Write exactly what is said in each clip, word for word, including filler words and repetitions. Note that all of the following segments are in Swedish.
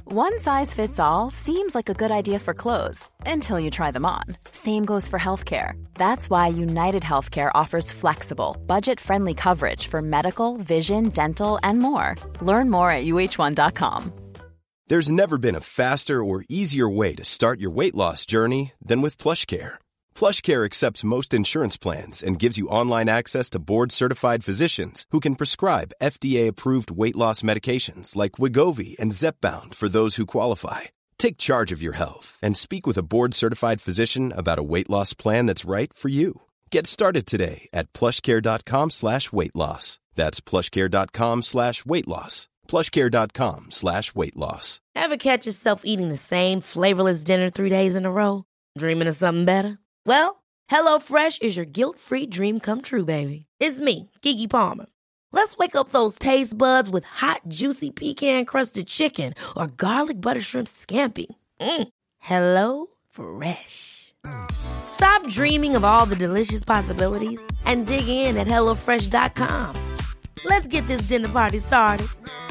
One size fits all seems like a good idea for clothes until you try them on. Same goes for healthcare. That's why United Healthcare offers flexible, budget-friendly coverage for medical, vision, dental, and more. Learn more at U H one dot com. There's never been a faster or easier way to start your weight loss journey than with PlushCare. PlushCare accepts most insurance plans and gives you online access to board-certified physicians who can prescribe F D A-approved weight loss medications like Wegovy and Zepbound for those who qualify. Take charge of your health and speak with a board-certified physician about a weight loss plan that's right for you. Get started today at plushcare.com slash weight loss. That's plushcare.com slash weight loss. plushcare.com slash weight loss. Ever catch yourself eating the same flavorless dinner three days in a row? Dreaming of something better? Well, HelloFresh is your guilt-free dream come true, baby. It's me, Keke Palmer. Let's wake up those taste buds with hot, juicy pecan-crusted chicken or garlic butter shrimp scampi. Mm. Hello Fresh. Stop dreaming of all the delicious possibilities and dig in at hello fresh dot com. Let's get this dinner party started.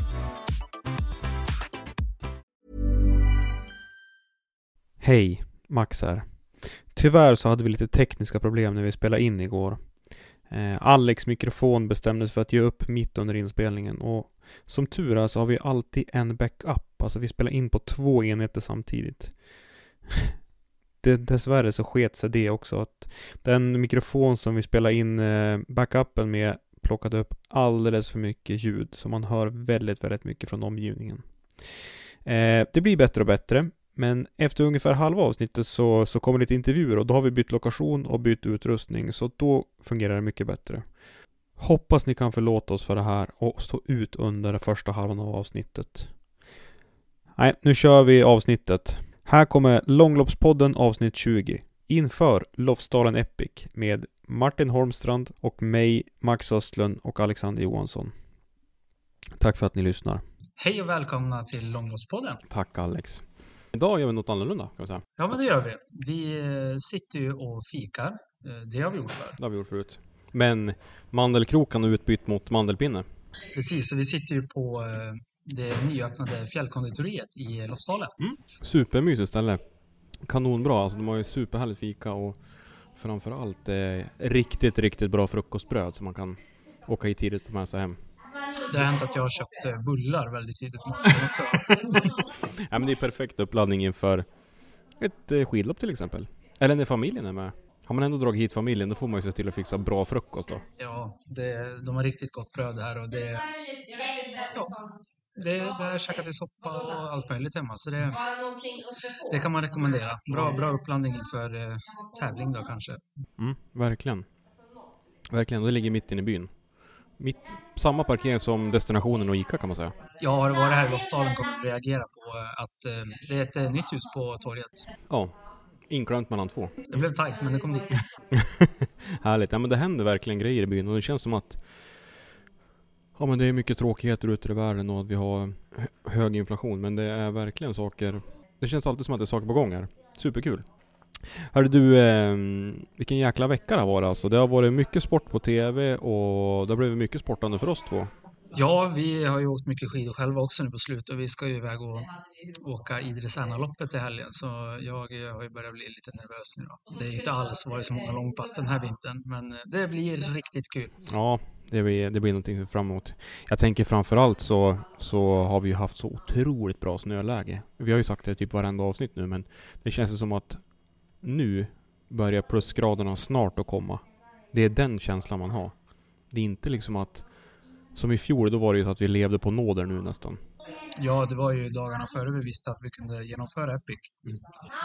Hej, Max här. Tyvärr så hade vi lite tekniska problem när vi spelade in igår. Eh, Alex mikrofon bestämdes för att ge upp mitt under inspelningen. Och som tur är så har vi alltid en backup. Alltså vi spelar in på två enheter samtidigt. det, dessvärre så sket sig det också. Att den mikrofon som vi spelar in eh, backupen med plockade upp alldeles för mycket ljud. Så man hör väldigt, väldigt mycket från omgivningen. Eh, det blir bättre och bättre. Men efter ungefär halva avsnittet så, så kommer lite intervjuer och då har vi bytt lokation och bytt utrustning. Så då fungerar det mycket bättre. Hoppas ni kan förlåta oss för det här och stå ut under första halvan av avsnittet. Nej, nu kör vi avsnittet. Här kommer Långloppspodden avsnitt tjugo. Inför Lofsdalen Epic med Martin Holmstrand och mig, Max Östlund och Alexander Johansson. Tack för att ni lyssnar. Hej och välkomna till Långloppspodden. Tack Alex. Idag gör vi något annorlunda kan vi säga. Ja, men det gör vi. Vi sitter ju och fikar. Det har vi gjort förr. Det har vi gjort förut. Men mandelkrokan är utbytt mot mandelpinne. Precis, så vi sitter ju på det nyöppnade fjällkonditoriet i Lofsdalen. Mm. Supermysigt ställe. Kanonbra, alltså de har ju superhärligt fika och framförallt eh, riktigt, riktigt bra frukostbröd som man kan åka hit tidigt och med sig hem. Det har hänt att jag har köpt bullar väldigt tidigt på också. Ja, men det är perfekt uppladdning inför ett skidlopp till exempel. Eller när familjen är med. Har man ändå dragit hit familjen, då får man ju se till att fixa bra frukost då. Ja, det, de har riktigt gott bröd här och det... Ja, det, det har käkat i soppa och allt möjligt hemma. Så det, det kan man rekommendera. Bra, bra upplandning inför eh, tävling då kanske. Mm, verkligen. Verkligen, det ligger mitt inne i byn. Mitt, samma parkering som destinationen och Ica kan man säga. Jag har varit här i Lofsdalen kommer att reagera på att eh, det är ett eh, nytt hus på torget. Ja, inklämt mellan två. Det blev tajt men det kom dit. Härligt, ja men det händer verkligen grejer i byn och det känns som att ja men det är mycket tråkigheter ute i världen och att vi har hög inflation, men det är verkligen saker, det känns alltid som att det är saker på gång här. Superkul. Hörde du, eh, vilken jäkla vecka det har varit alltså. Det har varit mycket sport på tv och det har blivit mycket sportande för oss två. Ja, vi har ju åkt mycket skidor själva också nu på slut och vi ska ju iväg och åka Idre-Särna-loppet i helgen. Så jag, jag har ju börjat bli lite nervös nu då. Det är inte alls varit så många långpass den här vintern, men det blir riktigt kul. Ja, det blir, det blir någonting fram emot. Jag tänker framförallt så, så har vi ju haft så otroligt bra snöläge. Vi har ju sagt det typ varenda avsnitt nu, men det känns som att nu börjar plusgraderna snart att komma. Det är den känslan man har. Det är inte liksom att som i fjol, då var det ju så att vi levde på nåder nu nästan. Ja, det var ju dagarna före vi visste att vi kunde genomföra Epic. Mm.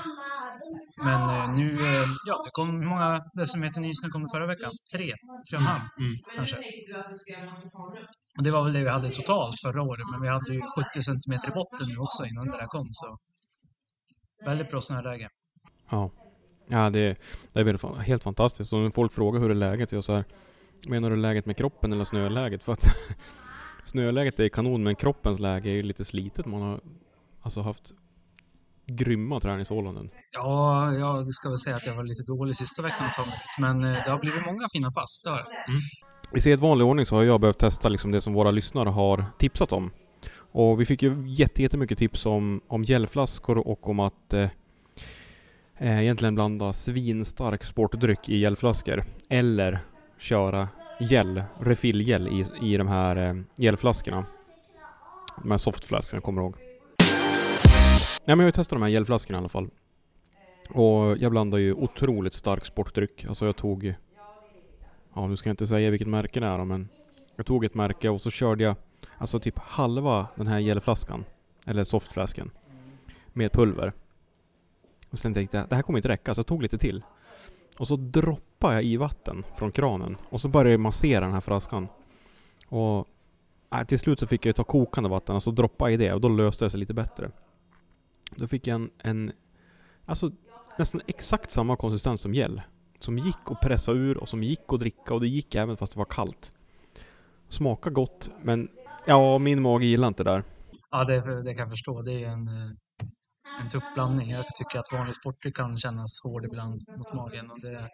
Men eh, nu, eh, ja, det kom hur många decimeter nysnö kom det förra veckan? Tre, tre och en halv mm. kanske. Och det var väl det vi hade totalt förra året, men vi hade ju sjuttio centimeter i botten nu också innan det där kom, så väldigt bra snöläge. Ja, ja det, det är helt fantastiskt. Och när folk frågar hur är läget, jag så här, menar du läget med kroppen eller snöläget? För att snöläget är kanon, men kroppens läge är ju lite slitet. Man har alltså haft grymma träningsförhållanden. Ja, jag ska väl säga att jag var lite dålig sista veckan att ta mig ut. Men det har blivit många fina pass där. Mm. I sedvanlig ordning så har jag behövt testa liksom det som våra lyssnare har tipsat om. Och vi fick ju jätte, jättemycket tips om, om gällflaskor och om att eh, egentligen blanda svinstark sportdryck i gällflaskor. Eller köra gäll, refillgäll i, i de här eh, gällflaskorna. De här softflaskorna, kommer jag ihåg. Ja, men jag har ju testat de här gällflaskorna i alla fall. Och jag blandar ju otroligt stark sportdryck. Alltså jag tog... Ja, nu ska jag inte säga vilket märke det är då, men... Jag tog ett märke och så körde jag... Alltså typ halva den här gällflaskan. Eller softflaskan. Med pulver. Och sen tänkte jag, det här kommer inte räcka. Så jag tog lite till. Och så droppade jag i vatten från kranen. Och så började jag massera den här flaskan. Och... Äh, till slut så fick jag ta kokande vatten och så droppa i det. Och då löste det sig lite bättre. Då fick jag en... en alltså nästan exakt samma konsistens som gäll. Som gick att pressa ur och som gick att dricka. Och det gick även fast det var kallt. Smakar gott, men ja, min mage gillar inte det där. Ja, det, det kan jag förstå. Det är en, en tuff blandning. Jag tycker att vanlig sportdryck kan kännas hård ibland mot magen. Och det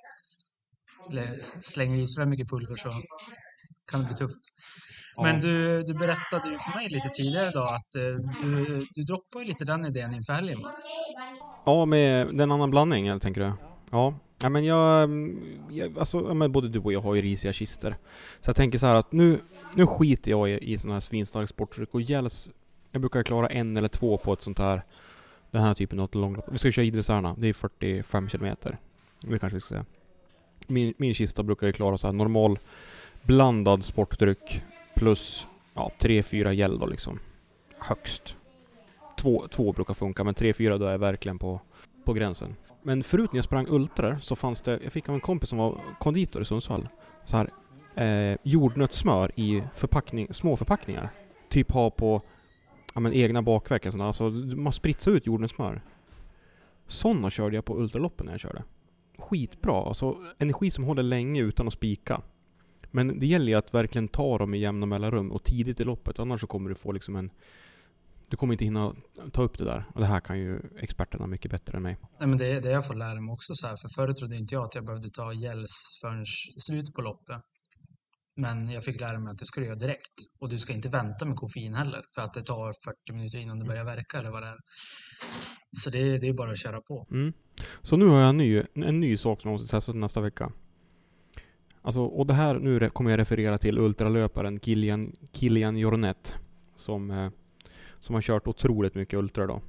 slänger i så mycket pulver så kan det bli tufft. Ja. Men du, du berättade ju för mig lite tidigare idag att du, du droppar ju lite den idén inför helgen. Ja, med den annan blandning, jag tänker du. Ja. Ja, men jag, jag alltså, ja, men både du och jag har ju risiga kister. Så jag tänker så här att nu, nu skiter jag i, i sån här svinstark sportdryck och gälls. Jag brukar klara en eller två på ett sånt här, den här typen av långlopp. Vi ska ju köra Idresärna, det är fyrtiofem kilometer. Det kanske vi ska säga. Min, min kista brukar ju klara så här normal blandad sportdryck plus ja, tre fyra gäll då liksom. Högst. Två, två brukar funka, men tre fyra då är jag verkligen på, på gränsen. Men förut när jag sprang ultrar så fanns det, jag fick av en kompis som var konditor i Sundsvall, så här eh, jordnötssmör i förpackning, små förpackningar. Typ ha på ja, men, egna bakverk. Alltså man spritsar ut jordnötssmör. Sådana körde jag på ultraloppen när jag körde. Skitbra, alltså energi som håller länge utan att spika. Men det gäller ju att verkligen ta dem i jämna mellanrum och tidigt i loppet, annars så kommer du få liksom en... Du kommer inte hinna ta upp det där. Och det här kan ju experterna mycket bättre än mig. Nej, men det är det jag får lära mig också så här. För förut trodde inte jag att jag behövde ta gälls förrän i slutet på loppet. Men jag fick lära mig att det ska du göra direkt. Och du ska inte vänta med koffein heller. För att det tar fyrtio minuter innan det börjar verka eller vad det är. Så det, det är bara att köra på. Mm. Så nu har jag en ny, en ny sak som jag måste testa nästa vecka. Alltså, och det här, nu kommer jag referera till ultralöparen Kilian, Kilian Jornet. Som... Eh, som har kört otroligt mycket ultra då.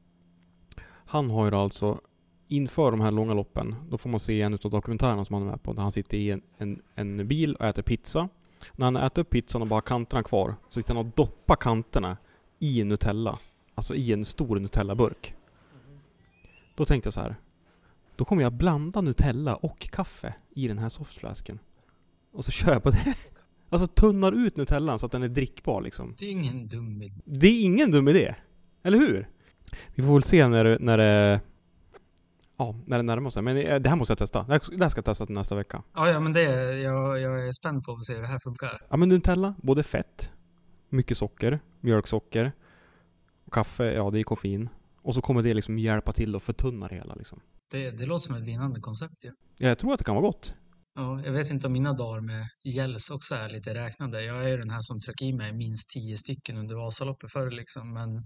Han har ju alltså inför de här långa loppen, då får man se en av dokumentärerna som han är med på, där han sitter i en, en, en bil och äter pizza. När han äter upp pizzan och bara kanterna kvar, så sitter han och doppar kanterna i Nutella. Alltså i en stor Nutella-burk. Då tänkte jag så här, då kommer jag blanda Nutella och kaffe i den här softflasken. Och så kör jag på det. Alltså tunnar ut Nutellan så att den är drickbar liksom. Det är ingen dum idé. Det är ingen dum idé. Eller hur? Vi får väl se när det, när det, ja, när det närmar sig. Men det här måste jag testa. Det här ska jag testa till nästa vecka. Ja, ja men det är, jag, jag är spänd på att se hur det här funkar. Ja, men Nutella, både fett, mycket socker, mjölksocker och kaffe, ja det är koffein. Och så kommer det liksom hjälpa till att förtunna det hela liksom. Det, det låter som ett vinnande koncept ju. Ja, jag tror att det kan vara gott. Ja, jag vet inte om mina dagar med gälls också är lite räknade. Jag är ju den här som trycker i mig minst tio stycken under Vasaloppet förr liksom. Men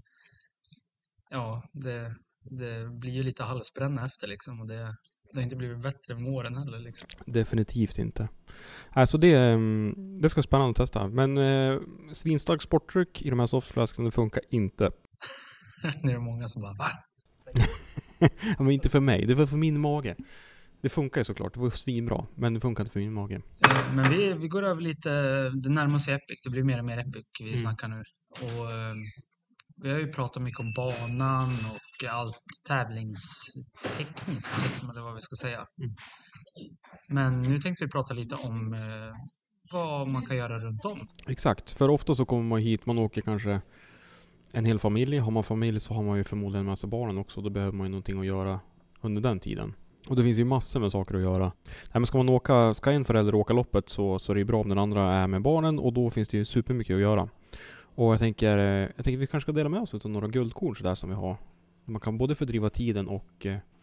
ja, det, det blir ju lite halsbränna efter liksom. Och det, det har inte blivit bättre med åren heller liksom. Definitivt inte. Alltså det, det ska spännande att testa. Men eh, svinstark sportdryck i de här softflaskorna funkar inte. Nu är det många som bara, va? Ja, men inte för mig, det var för min mage. Det funkar ju såklart, det var svinbra, men det funkar inte för min mage. Men vi, vi går över lite, det närmar sig Epic, det blir mer och mer Epic vi mm. snackar nu. Och vi har ju pratat mycket om banan och allt tävlingstekniskt, liksom, eller vad vi ska säga. Mm. Men nu tänkte vi prata lite om eh, vad man kan göra runt om. Exakt, för ofta så kommer man hit, man åker kanske en hel familj. Har man familj så har man ju förmodligen en massa barnen också, då behöver man ju någonting att göra under den tiden. Och det finns ju massor med saker att göra. Nej, men ska man åka, ska en förälder åka loppet så, så är det bra om den andra är med barnen. Och då finns det ju supermycket att göra. Och jag tänker, jag tänker vi kanske ska dela med oss av några guldkorn så där som vi har. Man kan både fördriva tiden och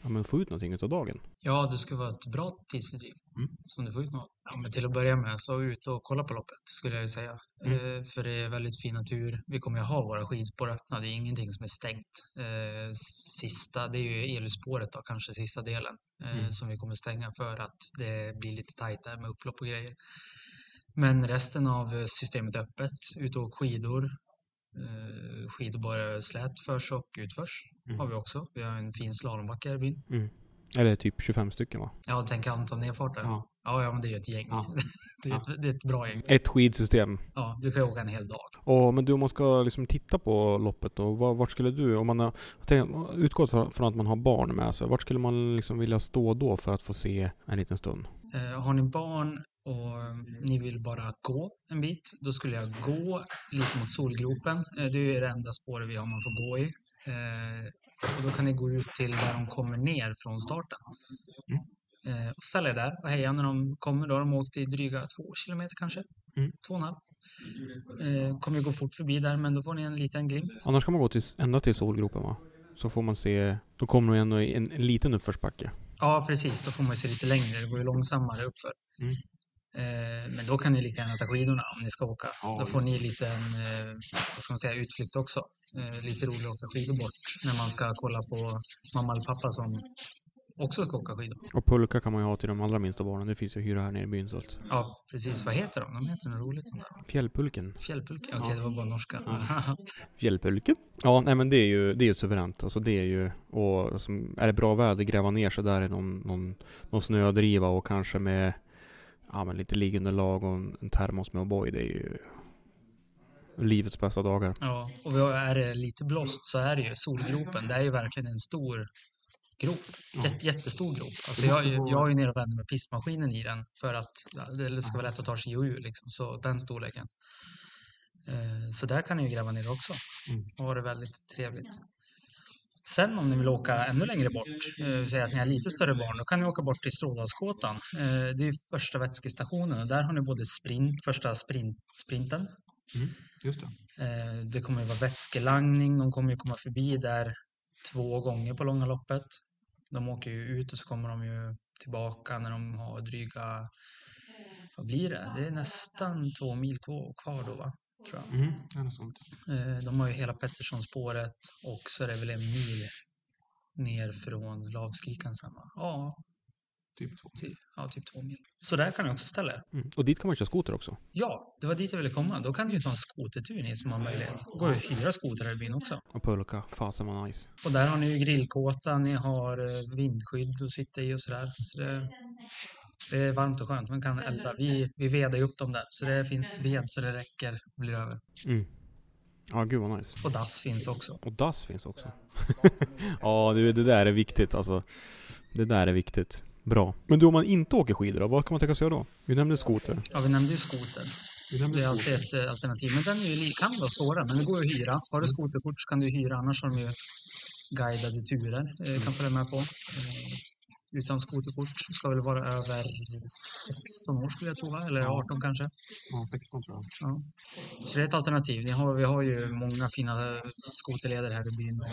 ja, men få ut någonting av dagen. Ja, det ska vara ett bra tidsfördriv Mm. som du får ut något. Ja, men till att börja med så ut och kolla på loppet skulle jag ju säga. Mm. Eh, för det är väldigt fin natur. Vi kommer ju ha våra skidspår öppna. Det är ingenting som är stängt. Eh, sista, det är ju elspåret då, kanske sista delen eh, Mm. som vi kommer stänga för att det blir lite tajt där med upplopp och grejer. Men resten av systemet är öppet. Ut och åka skidor. Eh, skidor bara slät förs och utförs Mm. har vi också. Vi har en fin slalombacke här i byn. Mm. Eller typ tjugofem stycken va? Ja, tänk antal nedfarter. Ja. Ja, ja, men det är ju ett gäng. Ja. det, är ett, det är ett bra gäng. Ett skidsystem. Ja, du kan ju åka en hel dag. Och, men du, om man ska liksom titta på loppet då, var, vart skulle du, om man har tänk, utgått från att man har barn med sig, vart skulle man liksom vilja stå då för att få se en liten stund? Eh, har ni barn och ni vill bara gå en bit, då skulle jag gå lite mot solgropen. Eh, det är ju det enda spåret vi har man får gå i. Eh, och då kan ni gå ut till där de kommer ner från starten. Mm. Eh, och ställa er där och heja när de kommer. Då har de åkt i dryga två kilometer kanske. Mm. Två och en halv. Eh, kommer ju gå fort förbi där, men då får ni en liten glimt. Annars kan man gå till, ända till solgropen va? Så får man se, då kommer man ändå i en, en liten uppförsbacke. Ja, precis. Då får man se lite längre. Det går ju långsammare uppför. Mm. Eh, men då kan ni lika gärna ta skidorna om ni ska åka. Ja, då får just ni lite en, eh, vad ska man säga, utflykt också. Eh, lite roligt att åka skidor bort när man ska kolla på mamma eller pappa som också ska åka skidor. Och pulka kan man ju ha till de allra minsta barnen. Det finns ju hyra här nere i byn så att. Ja, precis. Vad heter de? De heter något roligt. De där. Fjällpulken. Fjällpulka. Okej, Ja. det var bara norska. Ja. Fjällpulken? Ja, nej men det är ju det är ju suveränt. Alltså det är ju, och alltså, är det bra väder, gräva ner sig där i någon, någon, någon snödriva och kanske med ja, men lite liggunderlag och en termos med O'boy. Det är ju livets bästa dagar. Ja, och vi har- är det lite blåst så är det ju solgropen. Det är ju verkligen en stor grop. Jätte, jättestor grop. Alltså Det jag, måste vara- jag är ju nere och vänder med pissmaskinen i den för att ja, det ska vara lätt att ta sig ur liksom. Så den storleken. Eh, så där kan ni ju gräva ner också. Mm. Och ha det väldigt trevligt. Sen om ni vill åka ännu längre bort, eh, säg att ni har lite större barn, då kan ni åka bort till Strådalskåtan. Eh, det är ju första vätskestationen och där har ni både sprint, första sprint, sprinten. Mm, just det. Eh, det kommer ju vara vätskelangning, de kommer ju komma förbi där två gånger på långa loppet. De åker ju ut och så kommer de ju tillbaka när de har dryga, vad blir det? Det är nästan två mil kvar kvar då va? Tror jag. Mm, det är något sånt. Eh, De har ju hela Petterssonspåret och så är det väl en mil ner från Lavskrikan sen va? Ja, Typ två. till, ja, typ två mil. Så där kan ni också ställa er. Mm. Och dit kan man köra skoter också. Ja, det var dit jag ville komma. Då kan ni ju ta en skotertur ni som har möjlighet. Det går ju att hyra skoter här i byn också. Och pulka. Fasen var nice. Och där har ni ju grillkåta, ni har eh, vindskydd att sitta i och sådär. Så det, det är varmt och skönt. Man kan elda. Vi, vi vedar ju upp dem där. Så det finns ved så det räcker och blir över. Mm. Ja, gud vad nice. Och dass finns också. Och dass finns också. Ja, det, det där är viktigt alltså. Det där är viktigt. Bra. Men du, om man inte åker skidor då, vad kan man tänka sig göra då? Vi nämnde skoter. Ja, vi nämnde ju skoter. Det är alltid ett eh, alternativ. Men den är ju, li- kan vara svårare, men det går ju att hyra. Har du skoterkort så kan du hyra. Annars har de ju guidade turer. Eh, kan följa med på. Eh, utan skoterkort så ska väl vara över sexton år skulle jag tro, va? Eller arton kanske. Ja, sexton tror jag. Ja. Så det är ett alternativ. Ni har, vi har ju många fina skoterleder här i byn.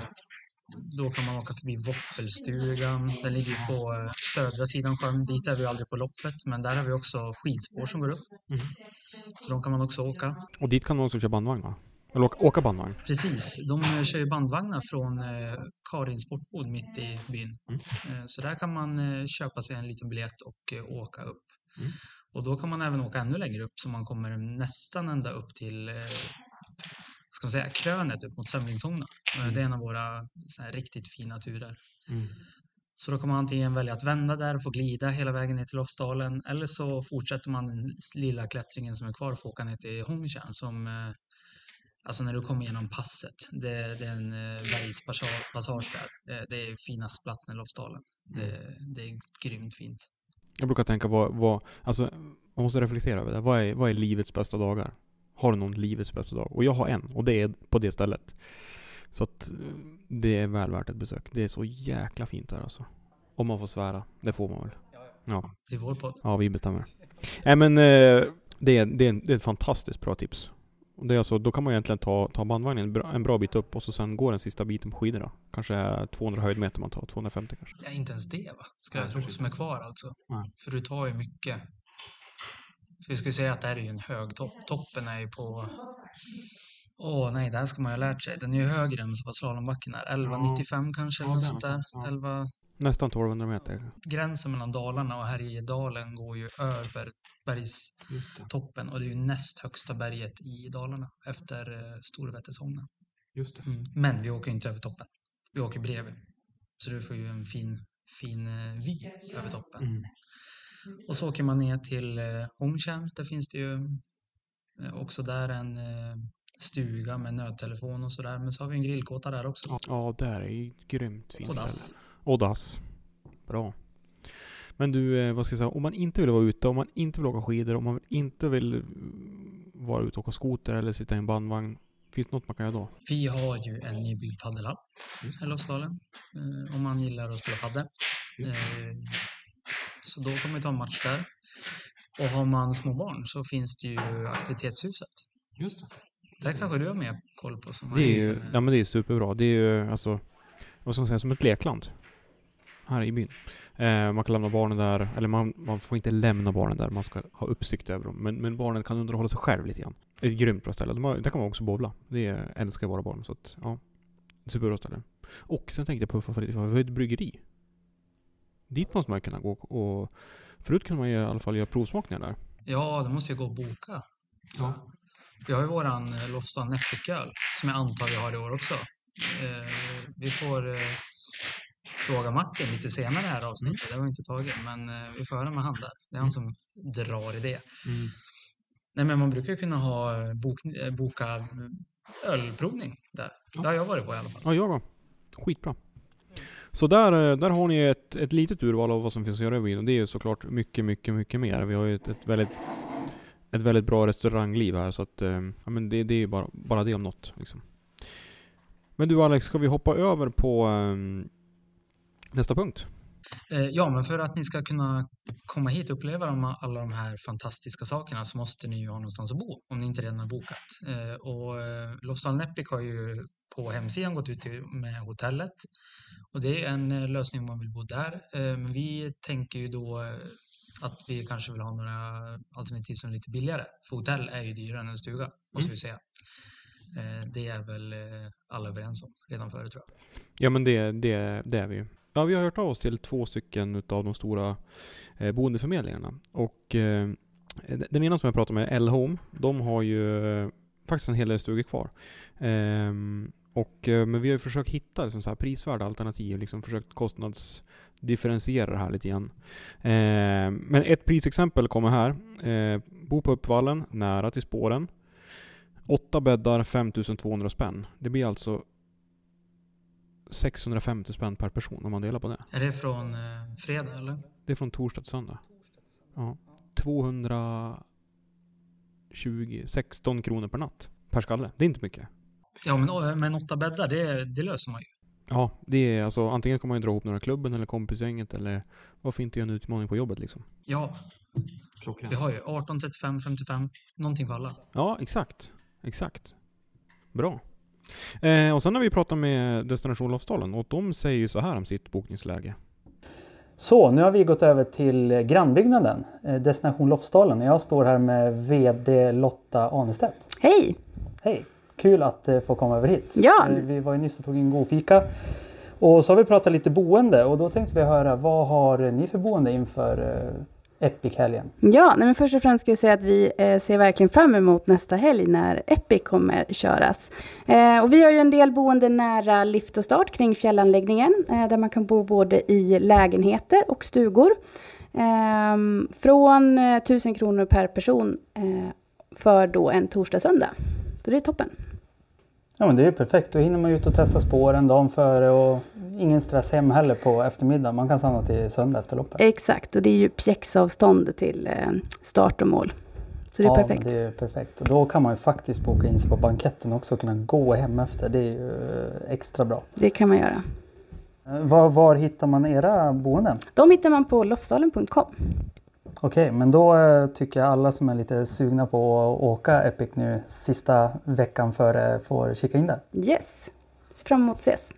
Då kan man åka förbi Våffelstugan. Den ligger ju på eh, södra sidan sjön. Dit är vi aldrig på loppet. Men där har vi också skidspår som går upp. Mm. Så de kan man också åka. Och dit kan man också köra bandvagn va? Eller åka, åka bandvagn. Precis. De eh, kör ju bandvagnar från eh, Karins sportbod mitt i byn. Mm. Eh, så där kan man eh, köpa sig en liten biljett och eh, åka upp. Mm. Och då kan man även åka ännu längre upp så man kommer nästan ända upp till eh, ska man säga, krönet upp mot Sömlingsångna. Eh, Mm. Det är en av våra så här, riktigt fina turer. Mm. Så då kan man antingen välja att vända där och få glida hela vägen ner till Lofsdalen. Eller så fortsätter man den lilla klättringen som är kvar och får åka ner till Hångtjärn som eh, alltså när du kommer igenom passet. Det, det är en eh, bergspassage där. Eh, det är finast platsen i Lofsdalen. Det, det är grymt fint. Jag brukar tänka vad, vad alltså man måste reflektera över det. Vad är, vad är livets bästa dagar? Har du någon livets bästa dag? Och jag har en, och det är på det stället. Så att eh, det är väl värt ett besök. Det är så jäkla fint där alltså. Om man får svära, det får man väl. Ja, Det är vår podd. ja vi bestämmer. Nej men eh, det, är, det, är, det är ett fantastiskt bra tips. Och det är alltså, då kan man egentligen ta, ta bandvagnen en bra, en bra bit upp och så sen går den sista biten på skidorna. Kanske tvåhundra höjdmeter man tar, tvåhundrafemtio kanske. Ja, inte ens det va? Ska jag tro som är kvar alltså. Ja. För du tar ju mycket. Så vi ska säga att det här är ju en hög topp. Toppen är ju på... Åh oh, nej, det här ska man ju ha lärt sig. Den är ju högre än vad slalombacken är. elva nittiofem kanske, eller något sånt där. Ja. elva... Nästan tolvhundra meter. Gränsen mellan Dalarna och Härjedalen går ju över bergstoppen. Och det är ju näst högsta berget i Dalarna efter eh, Storvättersången. Just det. Mm. Men vi åker ju inte över toppen. Vi åker bredvid. Så du får ju en fin, fin eh, vy över toppen. Mm. Och så åker man ner till eh, Hongkärn. Där finns det ju eh, också där en eh, stuga med nödtelefon och sådär. Men så har vi en grillkåta där också. Ja, där är ju grymt fint. Och dass. Och dass. Bra. Men du, eh, vad ska jag säga? Om man inte vill vara ute, om man inte vill åka skidor, om man inte vill vara ute och åka skoter eller sitta i en bandvagn. Finns det något man kan göra då? Vi har ju en nybyggd paddelhall i Lofsdalen. Eh, om man gillar att spela paddel. Eh, så då kommer vi ta en match där. Och har man små barn så finns det ju aktivitetshuset. Just det. Där kanske du har mer koll på. Som Det är ju, ja men det är superbra. Det är ju alltså, vad ska man säga, som ett lekland. Här i byn. Eh, man kan lämna barnen där, eller man, man får inte lämna barnen där. Man ska ha uppsikt över dem. Men, men barnen kan underhålla sig själv lite grann. Ett grymt bra ställe. De har, där kan man också bowla. Det är, älskar våra barn. Så att, ja. Superbra ställe. Och sen tänkte jag puffa för lite. Vi har ett bryggeri. Dit måste man kunna gå. Och förut kunde man i alla fall göra provsmakningar där. Ja, det måste jag gå och boka. Ja. Vi har ju våran Lofsan Näppicköl som jag antar vi har i år också. Eh, vi får eh, fråga Martin lite senare här avsnittet. Mm. Det har vi inte tagit, men eh, vi får höra med han där. Det är han som drar i det. Mm. Nej, men man brukar kunna ha bok, boka ölprovning där. Ja. Det har jag varit på i alla fall. Ja, jag var. Skitbra. Så där, där har ni ett, ett litet urval av vad som finns att göra i byn. Och det är ju såklart mycket, mycket, mycket mer. Vi har ju ett, ett väldigt... ett väldigt bra restaurangliv här, så att eh, ja, men det, det är ju bara, bara det om något liksom. Men du Alex, ska vi hoppa över på eh, nästa punkt? Eh, ja, men för att ni ska kunna komma hit och uppleva de, alla de här fantastiska sakerna så måste ni ju ha någonstans att bo, om ni inte redan har bokat. Eh, och eh, Lofsdalen Näppik har ju på hemsidan gått ut med hotellet. Och det är en eh, lösning om man vill bo där. Eh, men vi tänker ju då eh, att vi kanske vill ha några alternativ som är lite billigare. För hotell är ju dyrare än en stuga, måste mm. vi säga. Eh, det är väl eh, alla överens om redan förut, tror jag. Ja, men det, det, det är vi ju. Ja, vi har hört av oss till två stycken av de stora eh, boendeförmedlingarna. Och eh, den ena som jag pratar med, L-Home, de har ju eh, faktiskt en hel del stugor kvar. Eh, och, eh, men vi har ju försökt hitta liksom, så här, prisvärda alternativ, liksom försökt kostnadsdifferentiera det här lite grann. Eh, men ett prisexempel kommer här. Eh, bo på Uppvallen, nära till spåren. Åtta bäddar, femtusen tvåhundra spänn. Det blir alltså sexhundrafemtio spänn per person om man delar på det. Är det från eh, fredag eller? Det är från torsdag till söndag. Ja. tvåhundratjugo, sexton kronor per natt. Per skalle. Det är inte mycket. Ja, men, men åtta bäddar, det, det löser man ju. Ja, det är alltså antingen kan man ju dra ihop några klubben eller kompisgänget eller varför inte göra en utmaning på jobbet liksom. Ja. Klockan. Vi har ju arton, trettiofem, femtiofem, någonting för alla. Ja, exakt. Exakt. Bra. Eh, och sen har vi pratat med Destination Lofsdalen och de säger ju så här om sitt bokningsläge. Så, nu har vi gått över till grannbyggnaden, Destination Lofsdalen. Jag står här med vd Lotta Arnestedt. Hej! Hej! Kul att få komma över hit. Ja! Vi var ju nyss och tog en god fika. Och så har vi pratat lite boende och då tänkte vi höra, vad har ni för boende inför Epic-helgen? Ja, nej men först och främst ska jag säga att vi eh, ser verkligen fram emot nästa helg när Epic kommer köras. Eh, och vi har ju en del boende nära lift och start kring fjällanläggningen eh, där man kan bo både i lägenheter och stugor. Eh, från eh, tusen kronor per person eh, för då en torsdag-söndag. Så det är toppen. Ja, men det är perfekt. Då hinner man ut och testa spåren dagen före och ingen stress hem heller på eftermiddag. Man kan stanna till söndag efter loppet. Exakt, och det är ju pjäxavstånd till start och mål. Så det är ja, perfekt. Ja, det är perfekt. Och då kan man ju faktiskt boka in sig på banketten också och kunna gå hem efter. Det är ju extra bra. Det kan man göra. Var, var hittar man era boenden? De hittar man på lofsdalen punkt com. Okej, okay, men då eh, tycker jag alla som är lite sugna på att åka Epic nu sista veckan före får kika in där. Yes, ser fram emot ses.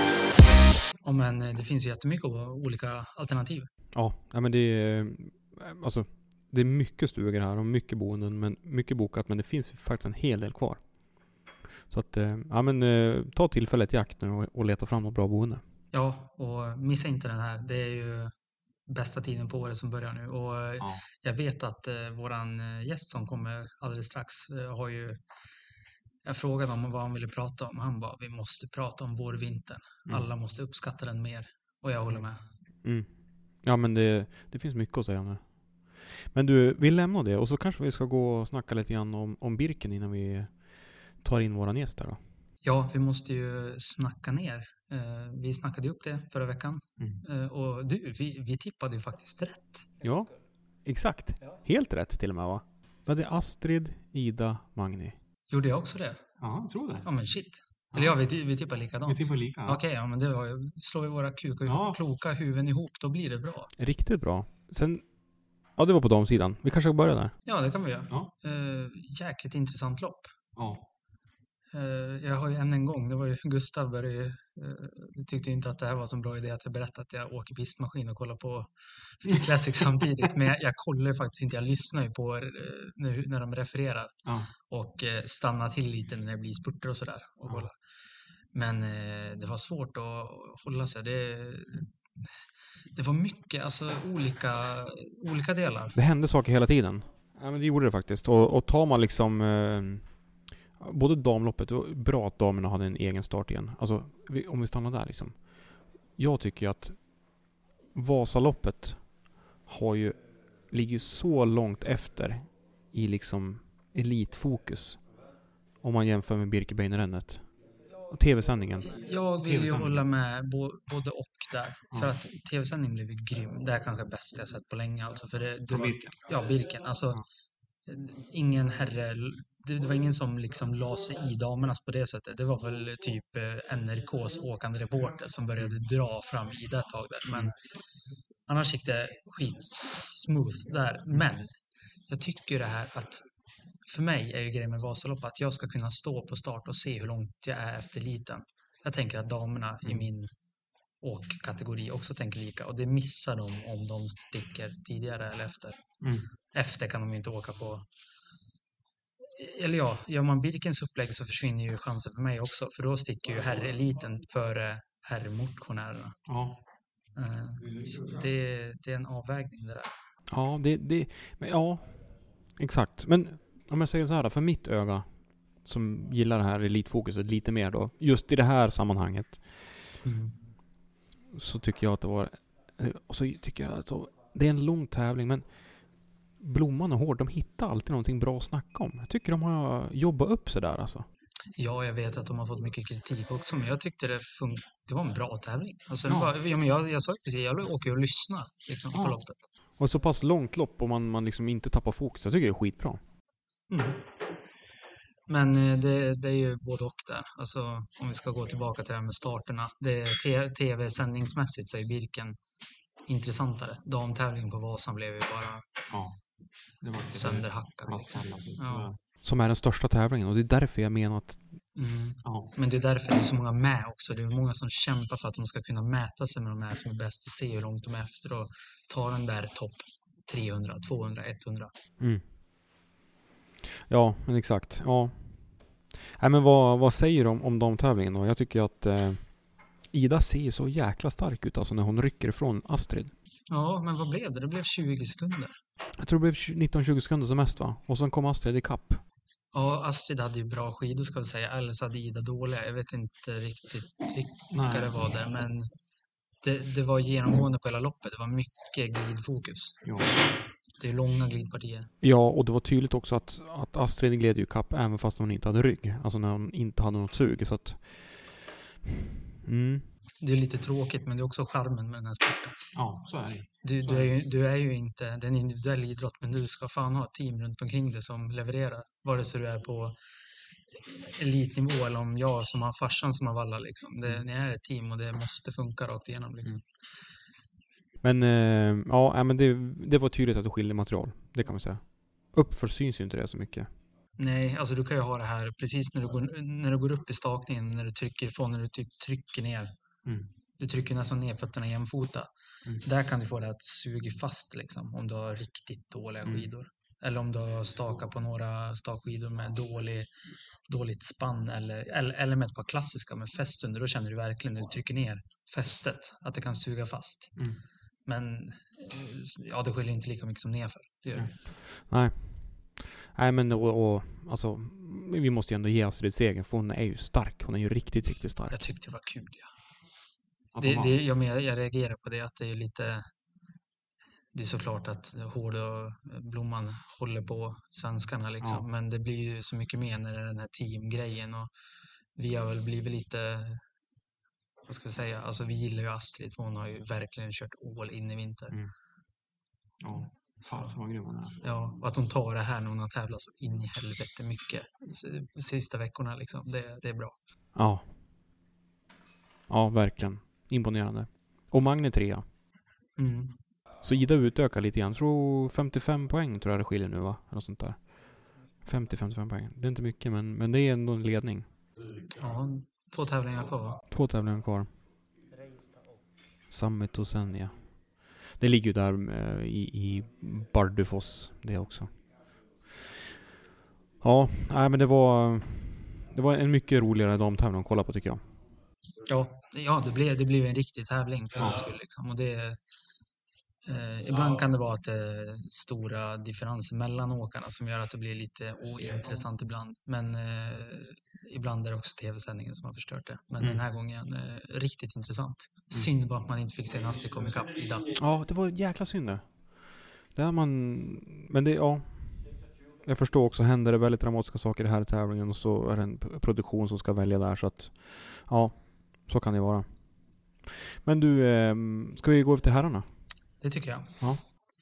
Ja, men det finns ju jättemycket olika alternativ. Ja, men det är, alltså, det är mycket stugor här och mycket boenden, men mycket bokat, men det finns faktiskt en hel del kvar. Så att, ja men ta tillfället i akt nu och, och leta fram något bra boende. Ja, och missa inte den här. Det är ju bästa tiden på året som börjar nu. Och ja. Jag vet att eh, våran gäst som kommer alldeles strax eh, har ju... Jag frågade om vad han ville prata om. Han bara, vi måste prata om vårvintern. Mm. Alla måste uppskatta den mer. Och jag håller med. Mm. Ja, men det, det finns mycket att säga nu. Men du, vi lämnar det. Och så kanske vi ska gå och snacka lite grann om, om Birken innan vi tar in våran gäst där då. Ja, vi måste ju snacka ner. Uh, vi snackade upp det förra veckan. Mm. Uh, och du, vi, vi tippade ju faktiskt rätt. Ja, exakt. Helt rätt till och med, va? Vi hade Astrid, Ida, Magni. Gjorde jag också det? Ja, jag tror det. Ja, men shit. Eller ja, vi, vi tippar likadant. Vi tippar lika, ja. Okej, okay, ja, men det var ju... Slår vi våra kloka, ja. kloka huvuden ihop, då blir det bra. Riktigt bra. Sen... Ja, det var på damsidan. Vi kanske ska börja där. Ja, det kan vi göra. Ja. Uh, jäkligt intressant lopp. Ja. Uh, jag har ju än en gång, det var ju Gustav började ju... Jag tyckte inte att det här var så bra idé att jag berättade att jag åker pistmaskin och kollar på Ski Classic samtidigt. Men jag, jag kollar faktiskt inte, jag lyssnar ju på när, när de refererar. Ja. Och eh, stannar till lite när det blir spurter och sådär. Och ja. Men eh, det var svårt att hålla sig. Det, det var mycket, alltså olika, olika delar. Det hände saker hela tiden. Ja, men det gjorde det faktiskt. Och, och tar man liksom... Eh... Både damloppet, det var bra att damerna hade en egen start igen. Alltså, vi, om vi stannar där liksom. Jag tycker att Vasaloppet har ju, ligger så långt efter i liksom elitfokus. Om man jämför med Birkebeinerrennet. Och tv-sändningen. Jag vill ju hålla med bo, både och där. Ja. För att tv-sändningen blev ju grym. Det är kanske bäst jag sett på länge. Alltså, för det, det var, Birken. Ja, Birken. Alltså, ja. Ingen herre... Det, det var ingen som liksom la sig i damernas på det sättet. Det var väl typ eh, N R K:s åkande reporter som började dra fram i det tag där. Men annars gick det skit smooth där. Men jag tycker det här att för mig är ju grejen med Vasalopp att jag ska kunna stå på start och se hur långt jag är efter liten. Jag tänker att damerna i min åkkategori också tänker lika. Och det missar de om de sticker tidigare eller efter. Mm. Efter kan de ju inte åka på... Eller ja, gör man Birkens upplägg så försvinner ju chansen för mig också. För då sticker ju herreliten före herrmotionärerna. Ja. Det, det är en avvägning det där. Ja, det, det, men ja, exakt. Men om jag säger så här, för mitt öga som gillar det här elitfokuset lite mer då, just i det här sammanhanget, mm. så tycker jag att det var, och så tycker jag att så, det är en lång tävling, men Blomman och Hård, de hittar alltid någonting bra att snacka om. Jag tycker de har jobbat upp sig där alltså. Ja, jag vet att de har fått mycket kritik också, men jag tyckte det, fun- det var en bra tävling. Alltså, ja. Var, ja, men jag, jag sa precis, jag åker och lyssnar liksom, ja. på loppet. Och så pass långt lopp och man, man liksom inte tappar fokus. Jag tycker det är skitbra. Mm. Men det, det är ju både och där. Alltså, om vi ska gå tillbaka till det här med starterna. Det t- tv-sändningsmässigt så är Birken intressantare. Damtävlingen på Vasan blev ju bara ja, det var sönderhackad. Liksom. Ja. Som är den största tävlingen, och det är därför jag menar att... Mm. Ja. Men det är därför det är så många med också. Det är många som kämpar för att de ska kunna mäta sig med de här som är bäst och se hur långt de är efter och ta den där topp trehundra, tvåhundra, etthundra. Mm. Ja, men exakt. Ja. Nej, men vad, vad säger de om de tävlingen då? Jag tycker att eh, Ida ser så jäkla stark ut alltså när hon rycker ifrån Astrid. Ja, men vad blev det? Det blev tjugo sekunder. Jag tror det blev nitton tjugo sekunder som mest, va? Och sen kom Astrid i kapp. Ja, Astrid hade ju bra skidor ska vi säga. Eller så hade Ida dåliga. Jag vet inte riktigt vilka Nej. det var där. Men det, det var genomgående på hela loppet. Det var mycket glidfokus. Ja. Det är långa glidpartier. Ja, och det var tydligt också att, att Astrid gled ju kapp även fast hon inte hade rygg. Alltså när hon inte hade något sug. Så att... Mm. Det är lite tråkigt, men det är också charmen med den här sporten. Ja, så är det. Du, du, är, ju, du är ju inte den individuella idrott, men du ska fan ha ett team runt omkring dig som levererar. Vare sig du är på elitnivå eller om jag som har farsan som har vallar. Liksom. Det, ni är ett team och det måste funka rakt igenom. Liksom. Men eh, ja, men det, det var tydligt att det skiljer material. Det kan man säga. Uppför syns ju inte det så mycket. Nej, alltså du kan ju ha det här precis när du går, när du går upp i stakningen, när du trycker ifrån, när du typ trycker ner. Mm. Du trycker nästan ner fötterna jämfota. Mm. Där kan du få det att suga fast liksom, om du har riktigt dåliga Mm. skidor. Eller om du har stakat på några stakskidor med dålig, dåligt spann eller, eller, eller med ett par klassiska med fäst under. Då känner du verkligen när du trycker ner fästet att det kan suga fast. Mm. Men ja, det skiljer inte lika mycket som nerför. Det gör det. Nej. Nej, men och, och, alltså, vi måste ju ändå ge Astrid segern, för hon är ju stark. Hon är ju riktigt, riktigt stark. Jag tyckte det var kul, ja. Det, det, jag, med, jag reagerar på det, att det är lite... Det är såklart att Hård och Blomman håller på svenskarna liksom. Ja. Men det blir ju så mycket mer när det är den här teamgrejen. Och vi har väl blivit lite... Vad ska vi säga? Alltså vi gillar ju Astrid, för hon har ju verkligen kört all in i vinter. Mm. Ja. Fasen vad grym hon är. Alltså. Ja, och att hon tar det här när hon har tävlat så in i helvete mycket sista veckorna liksom, det, det är bra. Ja. Ja, verkligen. Imponerande. Och Magne trea. Mm. Så Ida utökar lite grann. Jag tror femtiofem poäng tror jag det skiljer nu, va? Eller något sånt där. femtio till femtiofem poäng. Det är inte mycket, men, men det är ändå en ledning. Ja, två tävlingar kvar, va? Två tävlingar kvar. Summit och Senja. Det ligger ju där eh, i, i Bardufoss det också. Ja, nej, men det var det var en mycket roligare damtävling att kolla på, tycker jag. Ja, ja det blev det blev en riktig tävling för ja. Skull liksom, och det eh, ibland kan det vara att det är stora differenser mellan åkarna som gör att det blir lite ointressant ibland, men eh, ibland är det också tv-sändningen som har förstört det. Men mm. den här gången eh, riktigt intressant. Synd bara att man inte fick se en Astrid komma ikapp idag. Ja, det var jäkla synd det. Det har man... Men det, ja... Jag förstår också, händer det väldigt dramatiska saker i den här tävlingen och så är det en produktion som ska välja där, så att... Ja, så kan det vara. Men du, eh, ska vi gå över till herrarna? Det tycker jag. Ja.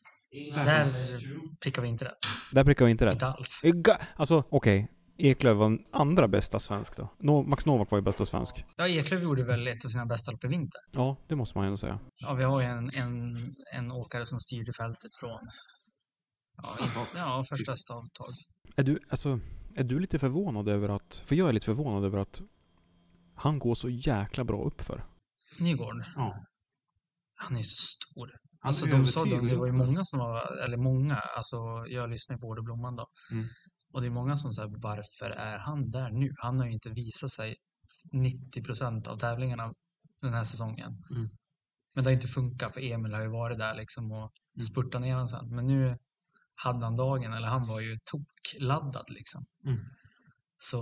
Där prickar vi inte rätt. Där prickar vi inte rätt. Inte alls. Alltså, okej. Okay. Eklöf var andra bästa svensk då. No, Max Novak var ju bästa svensk. Ja, Eklöf gjorde väl ett av sina bästa lopp i vinter. Ja, det måste man ju ändå säga. Ja, vi har ju en, en, en åkare som styrde fältet från ja, ja, första stavtag. Är du, alltså, är du lite förvånad över att... För jag är lite förvånad över att han går så jäkla bra uppför. Nygård? Ja. Han är så stor. Alltså de sa då, det var ju många som var, eller många, alltså jag lyssnar på Hård och Blomman då. Mm. Och det är många som säger, varför är han där nu? Han har ju inte visat sig nittio procent av tävlingarna den här säsongen. Mm. Men det har inte funkat, för Emil har ju varit där liksom och mm. spurtat ner han sen. Men nu hade han dagen, eller han var ju tokladdad liksom. Mm. Så...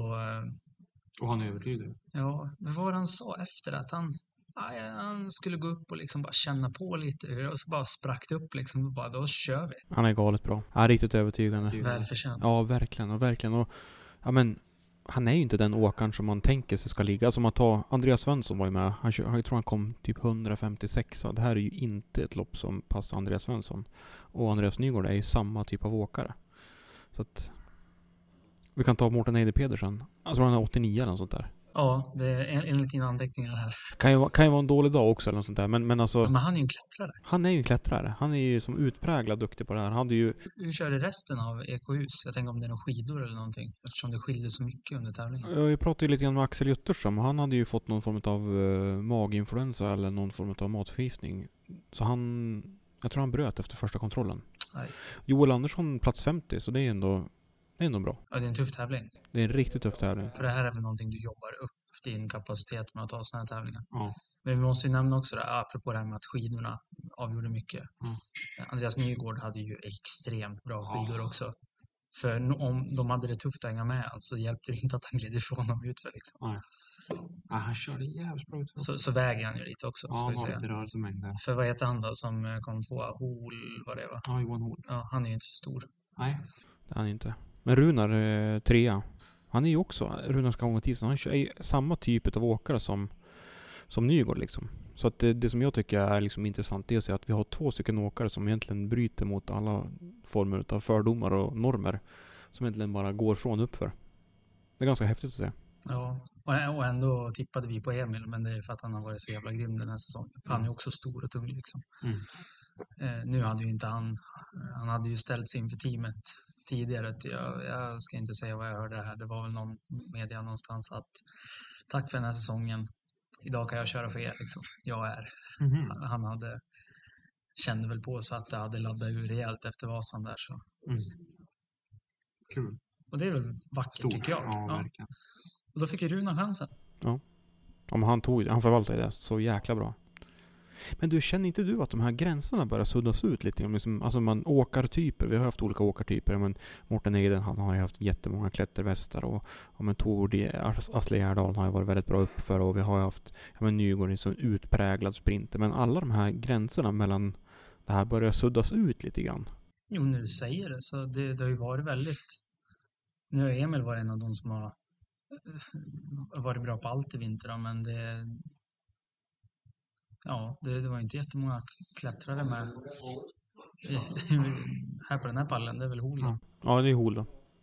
Och han övertygade. Ja, vad var han sa efter att han... Ja, han skulle gå upp och liksom bara känna på lite och så bara sprack det upp liksom och bara, då kör vi. Han är galet bra. Han är riktigt övertygande. Välförtjänt. Ja, verkligen och verkligen. Och, ja, men han är ju inte den åkaren som man tänker sig ska ligga. Alltså om man tar Andreas Svensson var ju med. Han, jag tror han kom typ hundrafemtiosex. Det här är ju inte ett lopp som passar Andreas Svensson. Och Andreas Nygård är ju samma typ av åkare. Så att vi kan ta Mårten Eide Pedersen. Jag tror han är åttionio eller något sånt där. Ja, det är enligt dina anteckningar här. Kan ju, kan ju vara en dålig dag också eller något sånt där. Men, men alltså... Men han är ju en klättrare. Han är ju en klättrare. Han är ju som utpräglad duktig på det här. Han hade ju... Hur körde resten av E K Hus? Jag tänker om det är några skidor eller någonting. Eftersom det skilde så mycket under tävlingen. Jag pratade ju lite grann med Axel Jutterström. Han hade ju fått någon form av uh, maginfluensa eller någon form av matförgiftning. Så han... Jag tror han bröt efter första kontrollen. Nej. Joel Andersson plats femtio. Så det är ändå... Det är ändå bra. Ja, det är en tuff tävling. Det är en riktigt tuff tävling. För det här är väl någonting du jobbar upp din kapacitet med att ta sådana här tävlingar. Ja. Men vi måste ju nämna också det, apropå det här med att skidorna avgjorde mycket. Mm. Andreas Nygård hade ju extremt bra skidor ja. också. För om de hade det tufft att hänga med, så hjälpte det inte att han gled ifrån dem utför liksom. Ja. Ja, han körde jävligt bra utför. Så, så väger han ju lite också, ja, ska vi säga. Rörelsemängder. För vad heter han då som kom tvåa? Hol, vad det var? Ja, Johan Hol. Ja, han är ju inte så stor. Nej, det är han inte. Men Runar eh, trea. Han är ju också, Runar ska gånga tiden. Han är ju samma typ av åkare som, som Nygård liksom. Så att det, det som jag tycker är liksom intressant är att se att vi har två stycken åkare som egentligen bryter mot alla former av fördomar och normer. Som egentligen bara går från uppför. Det är ganska häftigt att se. Ja, Och, och ändå tippade vi på Emil, men det är för att han har varit så jävla grym den här säsongen. För han är också stor och tung liksom. Mm. Eh, nu hade ju inte han, han hade ju ställts in för teamet tidigare. Jag, jag ska inte säga vad jag hörde det här. Det var väl någon media någonstans att tack för den här säsongen. Idag kan jag köra för er liksom. Jag är. Mm. Han, han hade kände väl på sig att det hade laddat ur rejält efter Vasan där så. Mm. Kul. Och det är väl vackert Stort. Tycker jag. Ja, ja. Verkligen. Och då fick ju Runar chansen. Ja. Om han tog han förvaltade det så jäkla bra. Men du, känner inte du att de här gränserna börjar suddas ut lite? Liksom, alltså man åkartyper, vi har haft olika åkartyper, men Mårten Eden han har ju haft jättemånga klättervästar och, och men Tord Asle Gärdal har ju varit väldigt bra uppför och vi har ju haft ja, men Nygård är så utpräglad sprinter, men alla de här gränserna mellan det här börjar suddas ut lite grann. Jo, när du säger det så det, det har ju varit väldigt. Nu har Emil varit en av de som har varit bra på allt i vinter, men det ja, det, det var inte jättemånga klättrare med här på den här pallen. Det är väl Hol då. Ja, det är Hol då.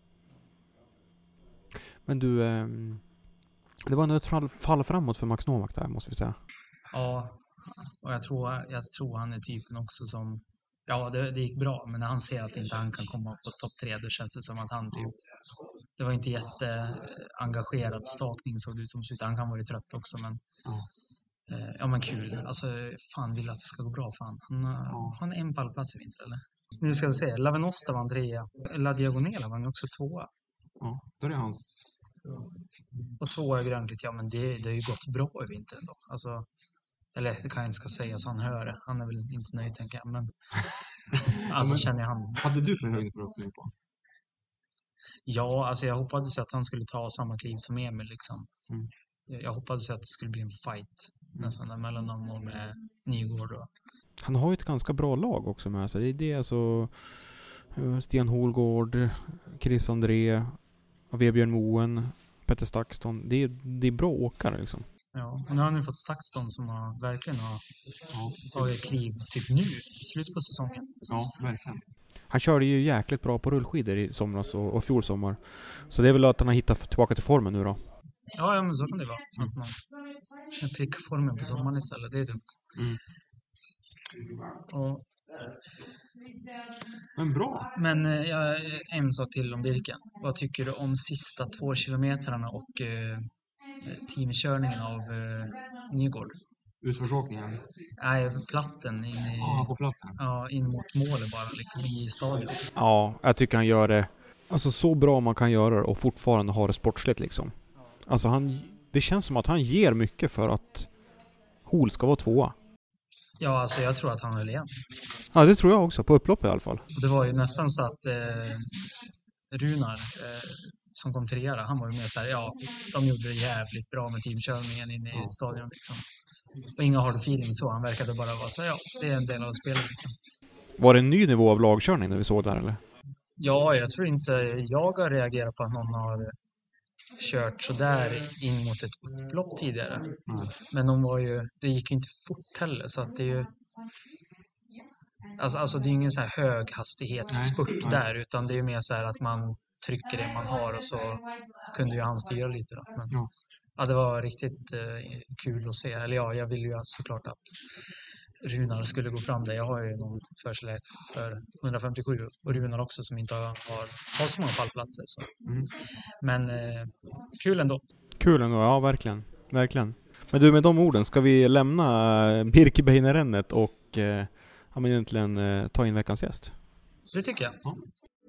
Men du, eh, det var ett fall, fall framåt för Max Novak där, måste vi säga. Ja, och jag tror, jag tror han är typen också som ja, det, det gick bra, men när han ser att inte han kan komma på topp tre, då känns det som att han typ det var inte jätteengagerad stakning så det som så han kan vara trött också, men ja. Ja men kul, alltså fan vill att det ska gå bra fan. Han ja. har en pallplats i vinter eller? Nu ska vi se, Lavenosta var en trea. La Diagonela var också tvåa. Ja, då är det hans. Och tvåa är grönkligt, ja men det, det har ju gått bra i vinter ändå. Alltså, eller det kan jag inte ska säga så han hör det. Han är väl inte nöjd tänker jag, men alltså men, känner jag han. Hade du för hög förhoppning på? Ja, alltså jag hoppades att han skulle ta samma kliv som Emil liksom. Mm. Jag hoppades att det skulle bli en fight mm. nästan där mellan dem och med Nygård då. Han har ju ett ganska bra lag också med sig. Det är det alltså Sten Holgård, Chris André, Vebjörn Moen, Petter Stakston. Det är, det är bra åkare liksom. Ja, och nu har han ju fått Stakston som har verkligen har ja. tagit kliv typ nu, i slutet på säsongen. Ja, verkligen. Han körde ju jäkligt bra på rullskidor i somras och, och fjolsommar. Så det är väl att han har hittat tillbaka till formen nu då. Ja, ja men så kan det vara. Att man prickar formen på sommaren istället, det är dumt. Mm. Och, men bra. Men ja, en sak till om Birken. Vad tycker du om sista två kilometrarna och eh, teamkörningen av eh, Nygård? Utförsåkningen? Nej, platten. In i, ja, på platten. Ja, in mot målet bara, liksom i stadion. Ja, jag tycker han gör det alltså så bra man kan göra det och fortfarande ha det sportsligt liksom. Alltså han, det känns som att han ger mycket för att Hol ska vara tvåa. Ja, alltså jag tror att han höll igen. Ja, det tror jag också, på upplopp i alla fall. Det var ju nästan så att eh, Runar eh, som kom trea, han var ju med så här, ja, de gjorde det jävligt bra med teamkörningen inne i ja. stadion liksom. Och inga hard feeling så, han verkade bara vara så ja, det är en del av spelet liksom. Var det en ny nivå av lagkörning när vi såg där eller? Ja, jag tror inte jag har reagerat på att någon har kört så där in mot ett upplopp tidigare. Mm. Men de var ju, det gick ju inte fort heller så att det är ju alltså, alltså det är ju ingen så här hög hastighetsspurt nej, nej. där utan det är ju mer så här att man trycker det man har och så kunde ju han styra lite då. Men, ja. ja, det var riktigt eh, kul att se. Eller ja, jag vill ju såklart att Runar skulle gå fram där. Jag har ju någon förslag för hundrafemtiosju och Runar också som inte har, har så många fallplatser. Så. Mm. Men eh, kul ändå. Kul ändå, ja verkligen. verkligen. Men du, med de orden ska vi lämna Birkebeinerrennet och eh, ja, men egentligen eh, ta in veckans gäst. Det tycker jag. Ja.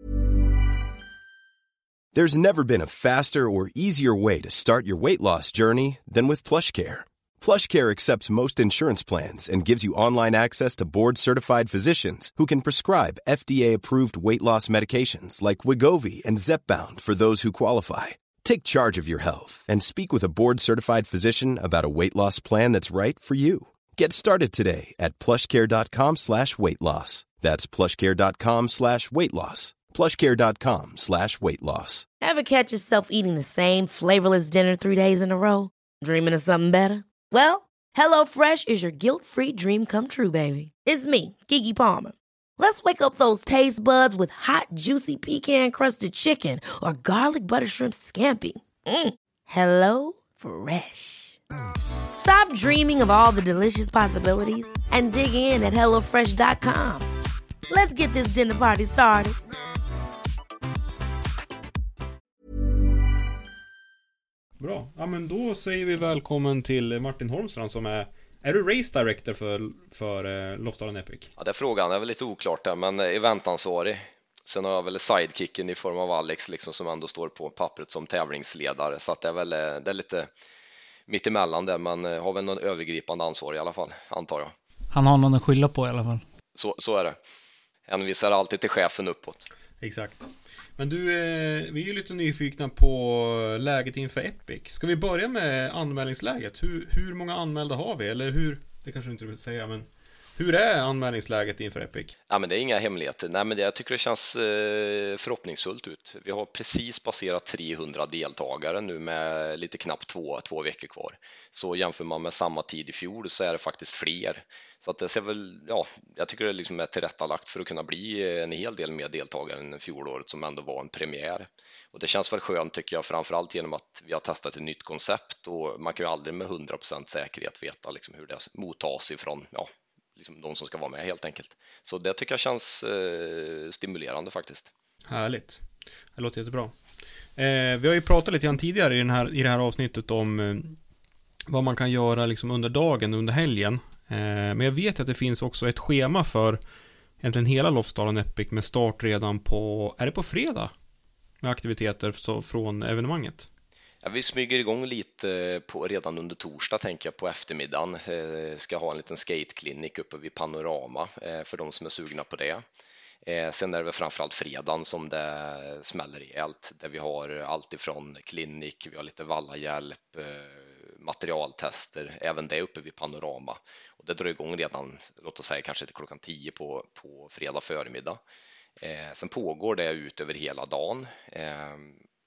There's never been a faster or easier way to start your weight loss journey than with PlushCare. PlushCare accepts most insurance plans and gives you online access to board-certified physicians who can prescribe F D A-approved weight loss medications like Wegovy and Zepbound for those who qualify. Take charge of your health and speak with a board-certified physician about a weight loss plan that's right for you. Get started today at plushcare.com slash weight loss. That's plushcare.com slash weight loss. plushcare.com slash weight loss. Ever catch yourself eating the same flavorless dinner three days in a row? Dreaming of something better? Well, HelloFresh is your guilt-free dream come true, baby. It's me, Keke Palmer. Let's wake up those taste buds with hot, juicy pecan-crusted chicken or garlic butter shrimp scampi. Mm. Hello Fresh. Stop dreaming of all the delicious possibilities and dig in at hello fresh dot com. Let's get this dinner party started. Bra, ja men då säger vi välkommen till Martin Holmstrand som är Är du race director för, för eh, Lofsdalen Epic? Ja, det är frågan, det är väl lite oklart där, men eventansvarig. Sen har jag väl sidekicken i form av Alex liksom, som ändå står på pappret som tävlingsledare, så att det är väl det är lite mitt emellan det, men har väl någon övergripande ansvar i alla fall, antar jag. Han har någon att skylla på i alla fall. Så, så är det. Hänvisar alltid till chefen uppåt. Exakt. Men du, eh, vi är ju lite nyfikna på läget inför Epic. Ska vi börja med anmälningsläget? Hur, hur många anmälda har vi? Eller hur, det kanske du inte vill säga, men hur är anmälningsläget inför Epic? Ja, men det är inga hemligheter. Nej, men det, jag tycker det känns eh, förhoppningsfullt ut. Vi har precis passerat trehundra deltagare nu med lite knappt två, två veckor kvar. Så jämför man med samma tid i fjol så är det faktiskt fler. Så att det ser väl, ja, jag tycker det liksom är tillrättalagt för att kunna bli en hel del mer deltagare än fjolåret som ändå var en premiär. Och det känns väl skönt tycker jag, framförallt genom att vi har testat ett nytt koncept och man kan ju aldrig med hundra procent säkerhet veta liksom hur det mottas ifrån, ja, liksom de som ska vara med helt enkelt. Så det tycker jag känns eh, stimulerande faktiskt. Härligt. Det låter jättebra. Eh, vi har ju pratat lite grann tidigare i, den här, i det här avsnittet om eh, vad man kan göra liksom under dagen, under helgen. Eh, men jag vet att det finns också ett schema för egentligen hela Lofsdalen Epic med start redan på, är det på fredag? Med aktiviteter så, från evenemanget. Ja, vi smyger igång lite på, redan under torsdag tänker jag på eftermiddagen. Eh, ska ha en liten skateklinik uppe vid Panorama eh, för de som är sugna på det. Eh, sen är det väl framförallt fredagen som det smäller rejält, där vi har allt ifrån klinik, vi har lite vallahjälp, eh, materialtester, även det uppe vid Panorama. Och det drar igång redan, låt oss säga kanske till klockan tio på, på fredag förmiddag. Eh, sen pågår det ut över hela dagen. Eh,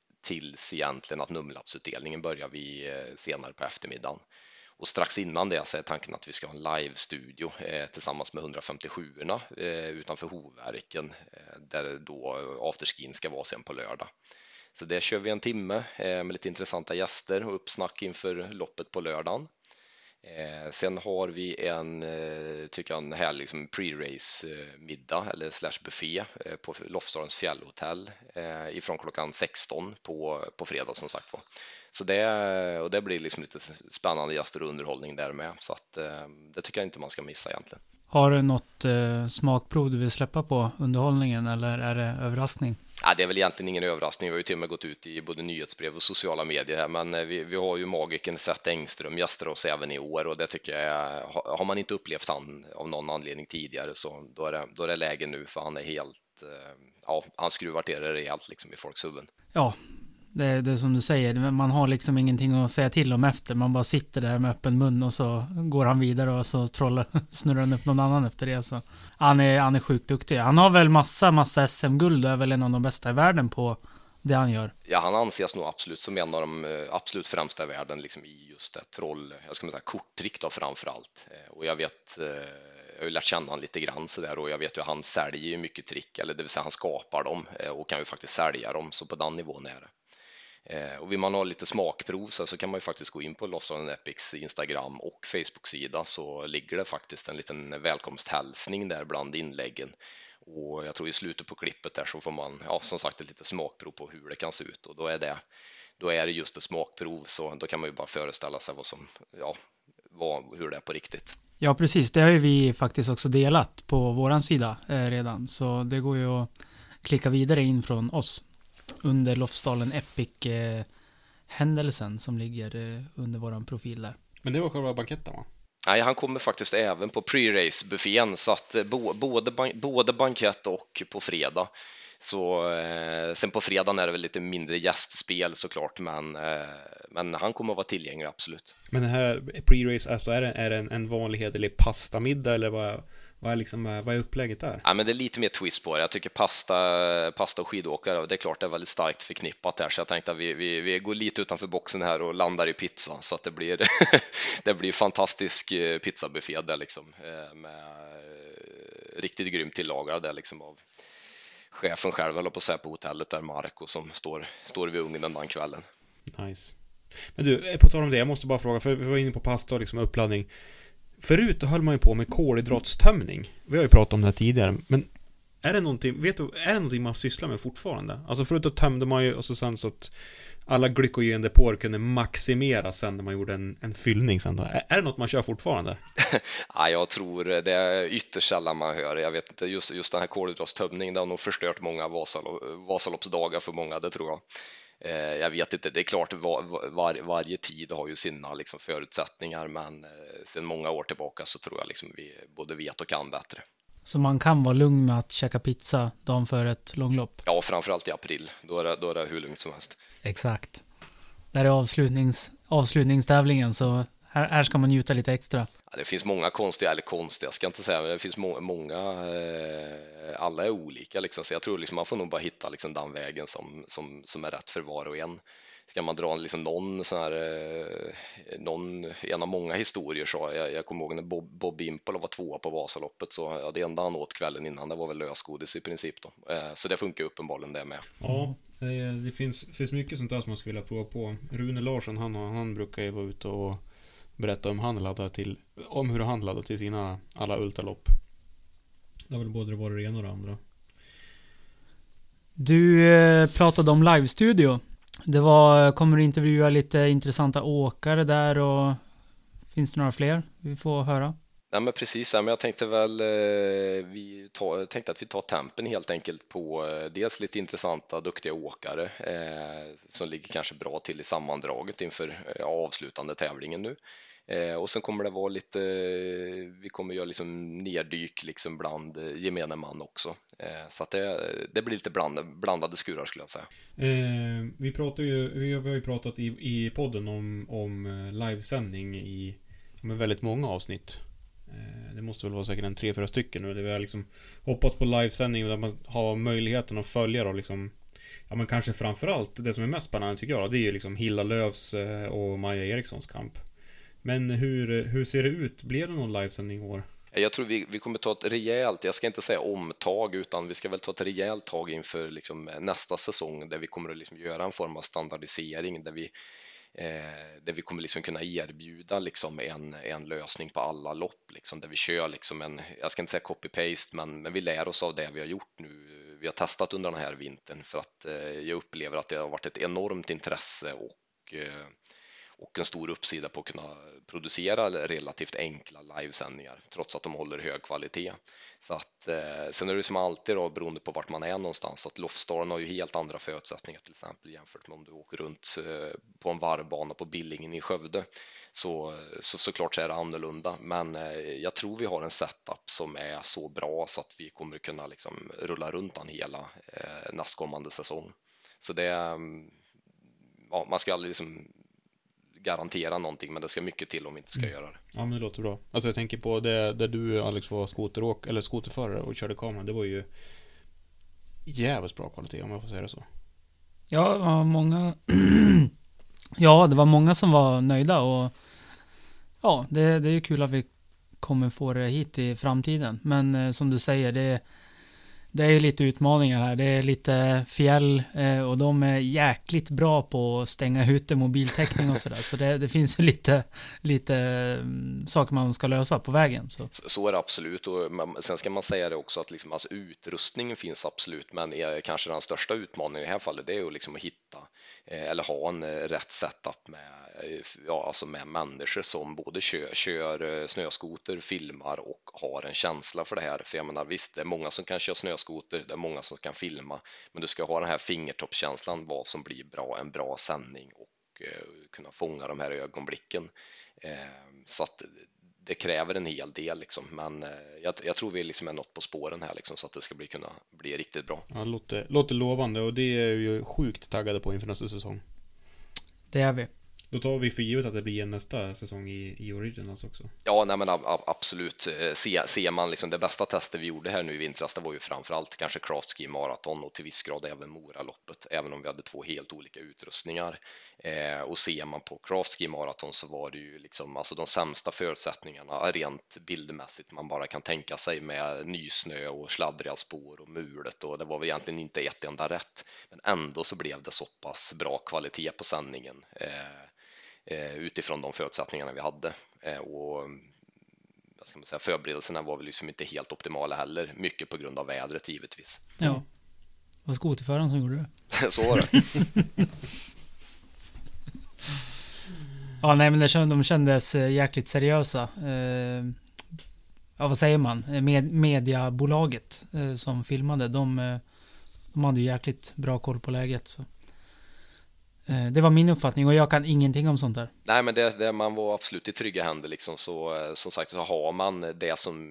tills egentligen att nummerlappsutdelningen börjar vi senare på eftermiddagen. Och strax innan det så är tanken att vi ska ha en live-studio eh, tillsammans med hundrafemtiosjuorna eh, utanför Hovverken eh, där då afterskin ska vara sen på lördag. Så det kör vi en timme eh, med lite intressanta gäster och uppsnack inför loppet på lördagen. Eh, sen har vi en, eh, tycker jag, en härlig liksom, pre-race eh, middag eller slash buffé eh, på Lofsdalens fjällhotell eh, ifrån klockan sexton på, på fredag som sagt var. Så det, och det blir liksom lite spännande gäster och underhållning där med, så att eh, det tycker jag inte man ska missa egentligen. Har du något eh, smakprov du vill släppa på underhållningen eller är det överraskning? Ja, det är väl egentligen ingen överraskning. Vi har ju till och med gått ut i både nyhetsbrev och sociala medier här, men vi, vi har ju magiken Seth Engström gäster oss även i år och det tycker jag, har man inte upplevt han av någon anledning tidigare så då är det, då är det läge nu, för han är helt, ja, han skruvar till det rejält liksom i folks huvuden. Ja, det, det är som du säger, man har liksom ingenting att säga till om efter, man bara sitter där med öppen mun och så går han vidare och så trollar, snurrar han upp någon annan efter det. Så han är, han är sjukt duktig. Han har väl massa, massa S M-guld och är väl en av de bästa i världen på det han gör. Ja, han anses nog absolut som en av de absolut främsta i världen liksom i just det troll, jag ska säga korttrick då framförallt. Och jag vet, jag har ju lärt känna han lite grann så där och jag vet ju han säljer ju mycket trick, eller det vill säga han skapar dem och kan ju faktiskt sälja dem, så på den nivån är det. Och vill man ha lite smakprov så, så kan man ju faktiskt gå in på Lofsdalen Epics Instagram och Facebook-sida, så ligger det faktiskt en liten välkomsthälsning där bland inläggen. Och jag tror i slutet på klippet där så får man, ja, som sagt, ett litet smakprov på hur det kan se ut, och då är det, då är det just ett smakprov, så då kan man ju bara föreställa sig vad som, ja, vad, hur det är på riktigt. Ja, precis. Det har ju vi faktiskt också delat på våran sida eh, redan, så det går ju att klicka vidare in från oss under Lofsdalen Epic-händelsen eh, som ligger eh, under våran profil där. Men det var själva banketten, va? Nej, han kommer faktiskt även på pre-race-buffén, så att eh, bo, både, ban- både bankett och på fredag. Så eh, sen på fredagen är det väl lite mindre gästspel såklart, men, eh, men han kommer att vara tillgänglig absolut. Men det här pre-race, alltså är det, är det en, en vanlig hederlig pastamiddag eller vad, vad, är liksom, vad är upplägget där? Ja, men det är lite mer twist på det. Jag tycker pasta, pasta och skidåkare, det är klart det är väldigt starkt förknippat där, så jag tänkte att vi, vi, vi går lite utanför boxen här och landar i pizza, så att det blir, det blir fantastisk pizzabuffé där liksom, med riktigt grymt tillagad där liksom av chefen själv, eller på att säga på hotellet där, Marco, som står, står vid ugnen den kvällen. Nice. Men du, på tal om det, jag måste bara fråga, för vi var inne på pasta och liksom uppladdning. Förut höll man ju på med kolhydratstömning. Vi har ju pratat om det här tidigare, men är det någonting, vet du, är det någonting man sysslar med fortfarande? Alltså förut då tömde man ju, och så sen så att alla glykogendepåer kunde maximeras sen när man gjorde en, en fyllning sen då. Är, är det något man kör fortfarande? Ja, jag tror det är ytterst sällan man hör. Jag vet inte, just, just den här kolhydratstömningen, det har nog förstört många Vasalopp, Vasaloppsdagar för många, det tror jag. Eh, jag vet inte, det är klart var, var, varje tid har ju sina liksom förutsättningar, men eh, sedan många år tillbaka så tror jag liksom vi både vet och kan bättre. Så man kan vara lugn med att käka pizza dagen för ett långlopp? Ja, framförallt i april. Då är det, då är det hur lugnt som helst. Exakt. Där är avslutnings, avslutningstävlingen, så här, här ska man njuta lite extra. Ja, det finns många konstiga, eller konstiga ska jag inte säga, men det finns må, många, eh, alla är olika liksom, så jag tror liksom man får nog bara hitta liksom den vägen som, som, som är rätt för var och en. Ska man dra liksom någon sån här, eh, någon, en av många historier så, jag, jag kommer ihåg när Bob, Bob Impel var tvåa på Vasaloppet, så ja, det enda han åt kvällen innan det var väl lösgodis i princip då. Eh, så det funkar uppenbarligen det med. Ja, det, det finns, finns mycket sånt där som man skulle vilja prova på. Rune Larsson, han, han brukar ju vara ute och berätta om han laddar till, om hur han laddar till sina alla ultralopp. Det har väl både varit det ena och det andra. Du eh, pratade om livestudio. Det var, kommer du intervjua lite intressanta åkare där, och finns det några fler vi får höra? Ja, men precis, men jag tänkte väl eh, vi tar, tänkte att vi tar tempen helt enkelt på eh, dels lite intressanta, duktiga åkare eh, som ligger kanske bra till i sammandraget inför eh, avslutande tävlingen nu. Eh, och sen kommer det vara lite, eh, vi kommer göra liksom neddyk liksom bland eh, gemene man också. Eh, så att det, det blir lite bland, blandade skurar skulle jag säga. Eh, vi pratar ju, vi har ju pratat i, i podden om, om livesändning i med väldigt många avsnitt. Eh, det måste väl vara säkert en tre, fyra stycken nu. Där vi har liksom hoppat på livesändning och där man har möjligheten att följa då liksom, ja men kanske framförallt det som är mest spännande tycker jag, det är ju liksom Hilla Löfs och Maja Erikssons kamp. Men hur, hur ser det ut? Blir det någon livesändning i år? Jag tror vi, vi kommer ta ett rejält, jag ska inte säga omtag, utan vi ska väl ta ett rejält tag inför liksom nästa säsong där vi kommer att liksom göra en form av standardisering där vi, eh, där vi kommer liksom kunna erbjuda liksom en, en lösning på alla lopp, liksom, där vi kör liksom en, jag ska inte säga copy-paste, men, men vi lär oss av det vi har gjort nu. Vi har testat under den här vintern för att eh, jag upplever att det har varit ett enormt intresse och eh, och en stor uppsida på att kunna producera relativt enkla livesändningar trots att de håller hög kvalitet. Så att, eh, sen är det som alltid då, beroende på vart man är någonstans, att Lofsdalen har ju helt andra förutsättningar till exempel jämfört med om du åker runt eh, på en varvbana på Billingen i Skövde, så, så såklart så är det annorlunda, men eh, jag tror vi har en setup som är så bra så att vi kommer kunna liksom rulla runt den hela eh, nästkommande säsong. Så det, ja, man ska aldrig liksom garantera någonting, men det ska mycket till om vi inte ska mm. göra det. Ja, men det låter bra. Alltså jag tänker på det där du, Alex, var skoteråk eller skoterförare och körde kameran. Det var ju jävligt bra kvalitet, om jag får säga det så. Ja, många ja, det var många som var nöjda, och ja, det, det är ju kul att vi kommer få det hit i framtiden. Men eh, som du säger, det Det är lite utmaningar här. Det är lite fjäll eh, och de är jäkligt bra på att stänga ute mobiltäckning och sådär. Så det, det finns ju lite, lite um, saker man ska lösa på vägen. Så, så, så är det absolut. Och man, sen ska man säga det också att liksom, alltså, utrustningen finns absolut, men är kanske den största utmaningen i det här fallet, det är ju liksom att hitta eh, eller ha en eh, rätt setup med, eh, ja, alltså med människor som både kör, kör snöskoter, filmar och har en känsla för det här. För jag menar, visst, det är många som kan köra snöskoter, det är många som kan filma, men du ska ha den här fingertoppskänslan vad som blir bra, en bra sändning och eh, kunna fånga de här ögonblicken. Eh, så att det kräver en hel del liksom, men eh, jag, jag tror vi liksom är något på spåren här liksom, så att det ska bli, kunna bli riktigt bra. Ja, det låter, låter lovande, och det är ju sjukt taggade på inför nästa säsong. Det är vi. Då tar vi för givet att det blir en nästa säsong i, i Originals också. Ja, nej men absolut. Se, ser man liksom det bästa testet vi gjorde här nu i vintras, det var ju framförallt kanske Craft Ski Marathon och till viss grad även Moraloppet, även om vi hade två helt olika utrustningar. Eh, och ser man på Craft Ski Marathon så var det ju liksom alltså de sämsta förutsättningarna rent bildmässigt man bara kan tänka sig, med nysnö och sladdriga spår och mulet, och det var väl egentligen inte ett enda rätt, men ändå så blev det så pass bra kvalitet på sändningen. Eh, eh, utifrån de förutsättningarna vi hade. Eh, och vad ska man säga, förberedelserna var väl liksom inte helt optimala heller, mycket på grund av vädret givetvis. Ja, det var skoterföraren som gjorde det. Så var det. Ja, nej, men det, de kändes jäkligt seriösa. Eh, ja, vad säger man? Med, mediabolaget eh, som filmade, de, eh, de hade ju jäkligt bra koll på läget. Så. Eh, det var min uppfattning och jag kan ingenting om sånt där. Nej, men det, det man var absolut i trygga händer liksom, så som sagt så har man det som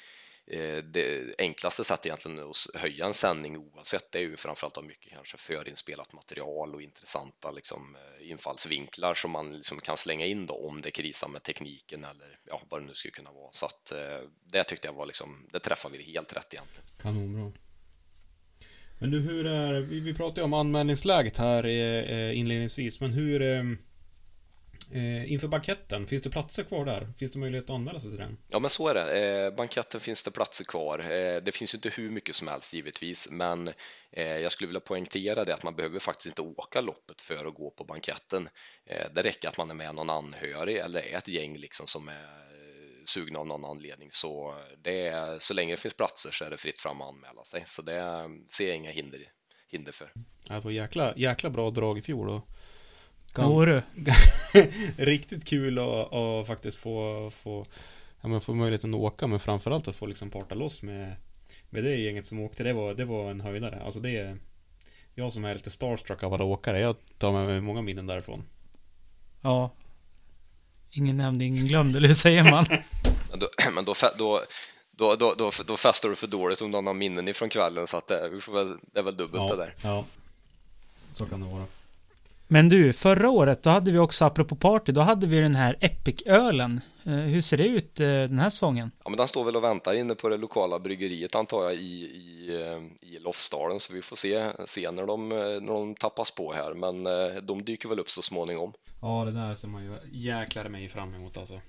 det enklaste sättet egentligen att höja en sändning oavsett, det är ju framförallt att ha mycket kanske förinspelat material och intressanta liksom, infallsvinklar som man liksom kan slänga in då om det krisar med tekniken eller ja, vad det nu skulle kunna vara. Så att det tyckte jag var liksom, det träffar vi helt rätt egentligen. Kanonbra. Men du, hur är, vi, vi pratade ju om anmälningsläget här inledningsvis, men hur Eh, inför banketten, finns det platser kvar där? Finns det möjlighet att anmäla sig till den? Ja, men så är det. Eh, banketten finns det platser kvar. Eh, det finns ju inte hur mycket som helst givetvis, men eh, jag skulle vilja poängtera det att man behöver faktiskt inte åka loppet för att gå på banketten. Eh, det räcker att man är med någon anhörig eller är ett gäng liksom som är sugna av någon anledning. Så, det är, så länge det finns platser så är det fritt fram att anmäla sig. Så det ser jag inga hinder, hinder för. Det var jäkla, jäkla bra drag i fjol då. Jo du. Riktigt kul att, att faktiskt få, få, ja, men få möjligheten att åka, men framförallt att få liksom parta loss med, med det gänget som åkte. Det var, det var en höjdare. Alltså det är, jag som är lite starstruck av alla åkare, jag tar med mig många minnen därifrån. Ja. Ingen nämnd, ingen glömd, eller hur säger man? Men då, men då, då, då, då, då, då festar du för dåligt om någon har minnen ifrån kvällen, så att det, vi får väl, det är väl dubbelt ja, det där. Ja, så kan det vara. Men du, förra året då hade vi också, apropå party, då hade vi den här Epic-ölen. Eh, hur ser det ut eh, den här säsongen? Ja, men den står väl och väntar inne på det lokala bryggeriet antar jag i, i, i Lofsdalen, så vi får se, se när, de, när de tappas på här, men eh, de dyker väl upp så småningom. Ja, det där ser man ju jäklar mig fram emot alltså.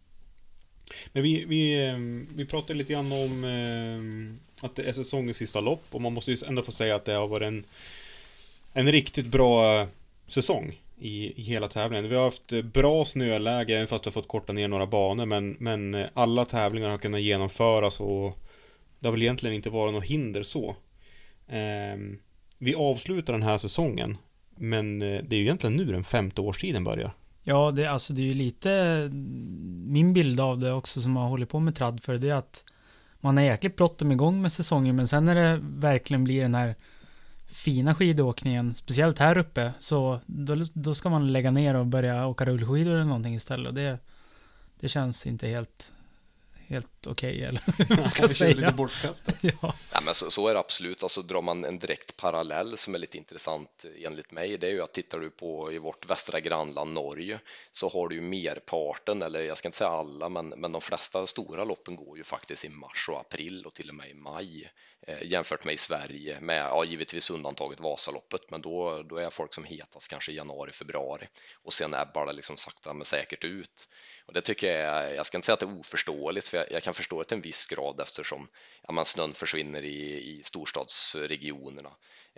Men vi, vi, vi pratade lite grann om eh, att det är säsongens sista lopp, och man måste ju ändå få säga att det har varit en, en riktigt bra säsong i, i hela tävlingen. Vi har haft bra snöläge, även fast vi har fått korta ner några banor, men, men alla tävlingar har kunnat genomföras och det har väl egentligen inte varit något hinder så. Eh, vi avslutar den här säsongen, men det är ju egentligen nu den femte årstiden börjar. Ja, det, alltså, det är ju lite min bild av det också som har hållit på med tradd för det är att man är jäkligt bråttom igång med säsongen, men sen när det verkligen blir den här fina skidåkningen, speciellt här uppe, så då, då ska man lägga ner och börja åka rullskidor eller någonting istället, och det, det känns inte helt helt okej okay, eller vad man ska ja, säga. Lite bortkastat. Ja. Ja, men så, så är det absolut. Alltså, drar man en direkt parallell som är lite intressant enligt mig, det är ju att tittar du på i vårt västra grannland Norge, så har du ju merparten, eller jag ska inte säga alla, men, men de flesta stora loppen går ju faktiskt i mars och april och till och med i maj, eh, jämfört med i Sverige, med ja, givetvis undantaget Vasaloppet, men då, då är folk som hetast kanske i januari, februari, och sen är bara liksom sakta men säkert ut. Och det tycker jag, jag ska inte säga att det är oförståeligt, för jag, jag kan förstå det till en viss grad eftersom ja, man, snön försvinner i, i storstadsregionerna.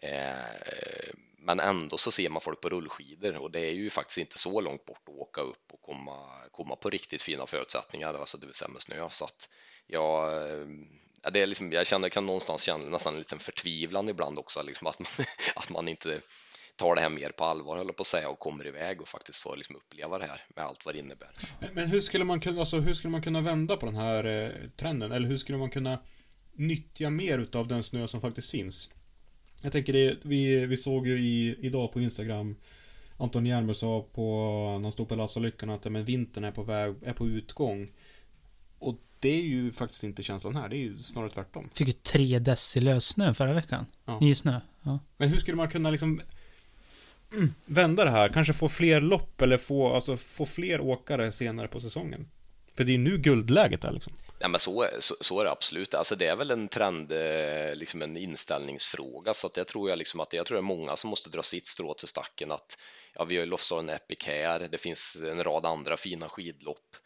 Eh, men ändå så ser man folk på rullskidor, och det är ju faktiskt inte så långt bort att åka upp och komma, komma på riktigt fina förutsättningar, alltså det vill säga med snö. Så att jag, ja, det är liksom, jag känner, kan någonstans känna nästan en liten förtvivlan ibland också, liksom att, man, att man inte tar det här mer på allvar, håller på att säga, och kommer iväg och faktiskt får liksom uppleva det här med allt vad det innebär. Men hur skulle man kunna, alltså, hur skulle man kunna vända på den här eh, trenden, eller hur skulle man kunna nyttja mer utav den snö som faktiskt finns? Jag tänker det, vi, vi såg ju i, idag på Instagram, Anton Järnberg sa på, när han stod på Lassalyckan, att men vintern är på väg, är på utgång, och det är ju faktiskt inte känslan här, det är ju snarare tvärtom. Fick ju tre decilös snö förra veckan. Ja. Ny snö. Ja. Men hur skulle man kunna liksom Mm, vända det här, kanske få fler lopp eller få, alltså, få fler åkare senare på säsongen? För det är nu guldläget där liksom. Ja, men så, så, så är det absolut. Alltså, det är väl en trend, liksom en inställningsfråga, så att jag tror jag liksom att jag tror det är många som måste dra sitt strå till stacken, att ja, vi har ju Lofsdalen Epic här, det finns en rad andra fina skidlopp.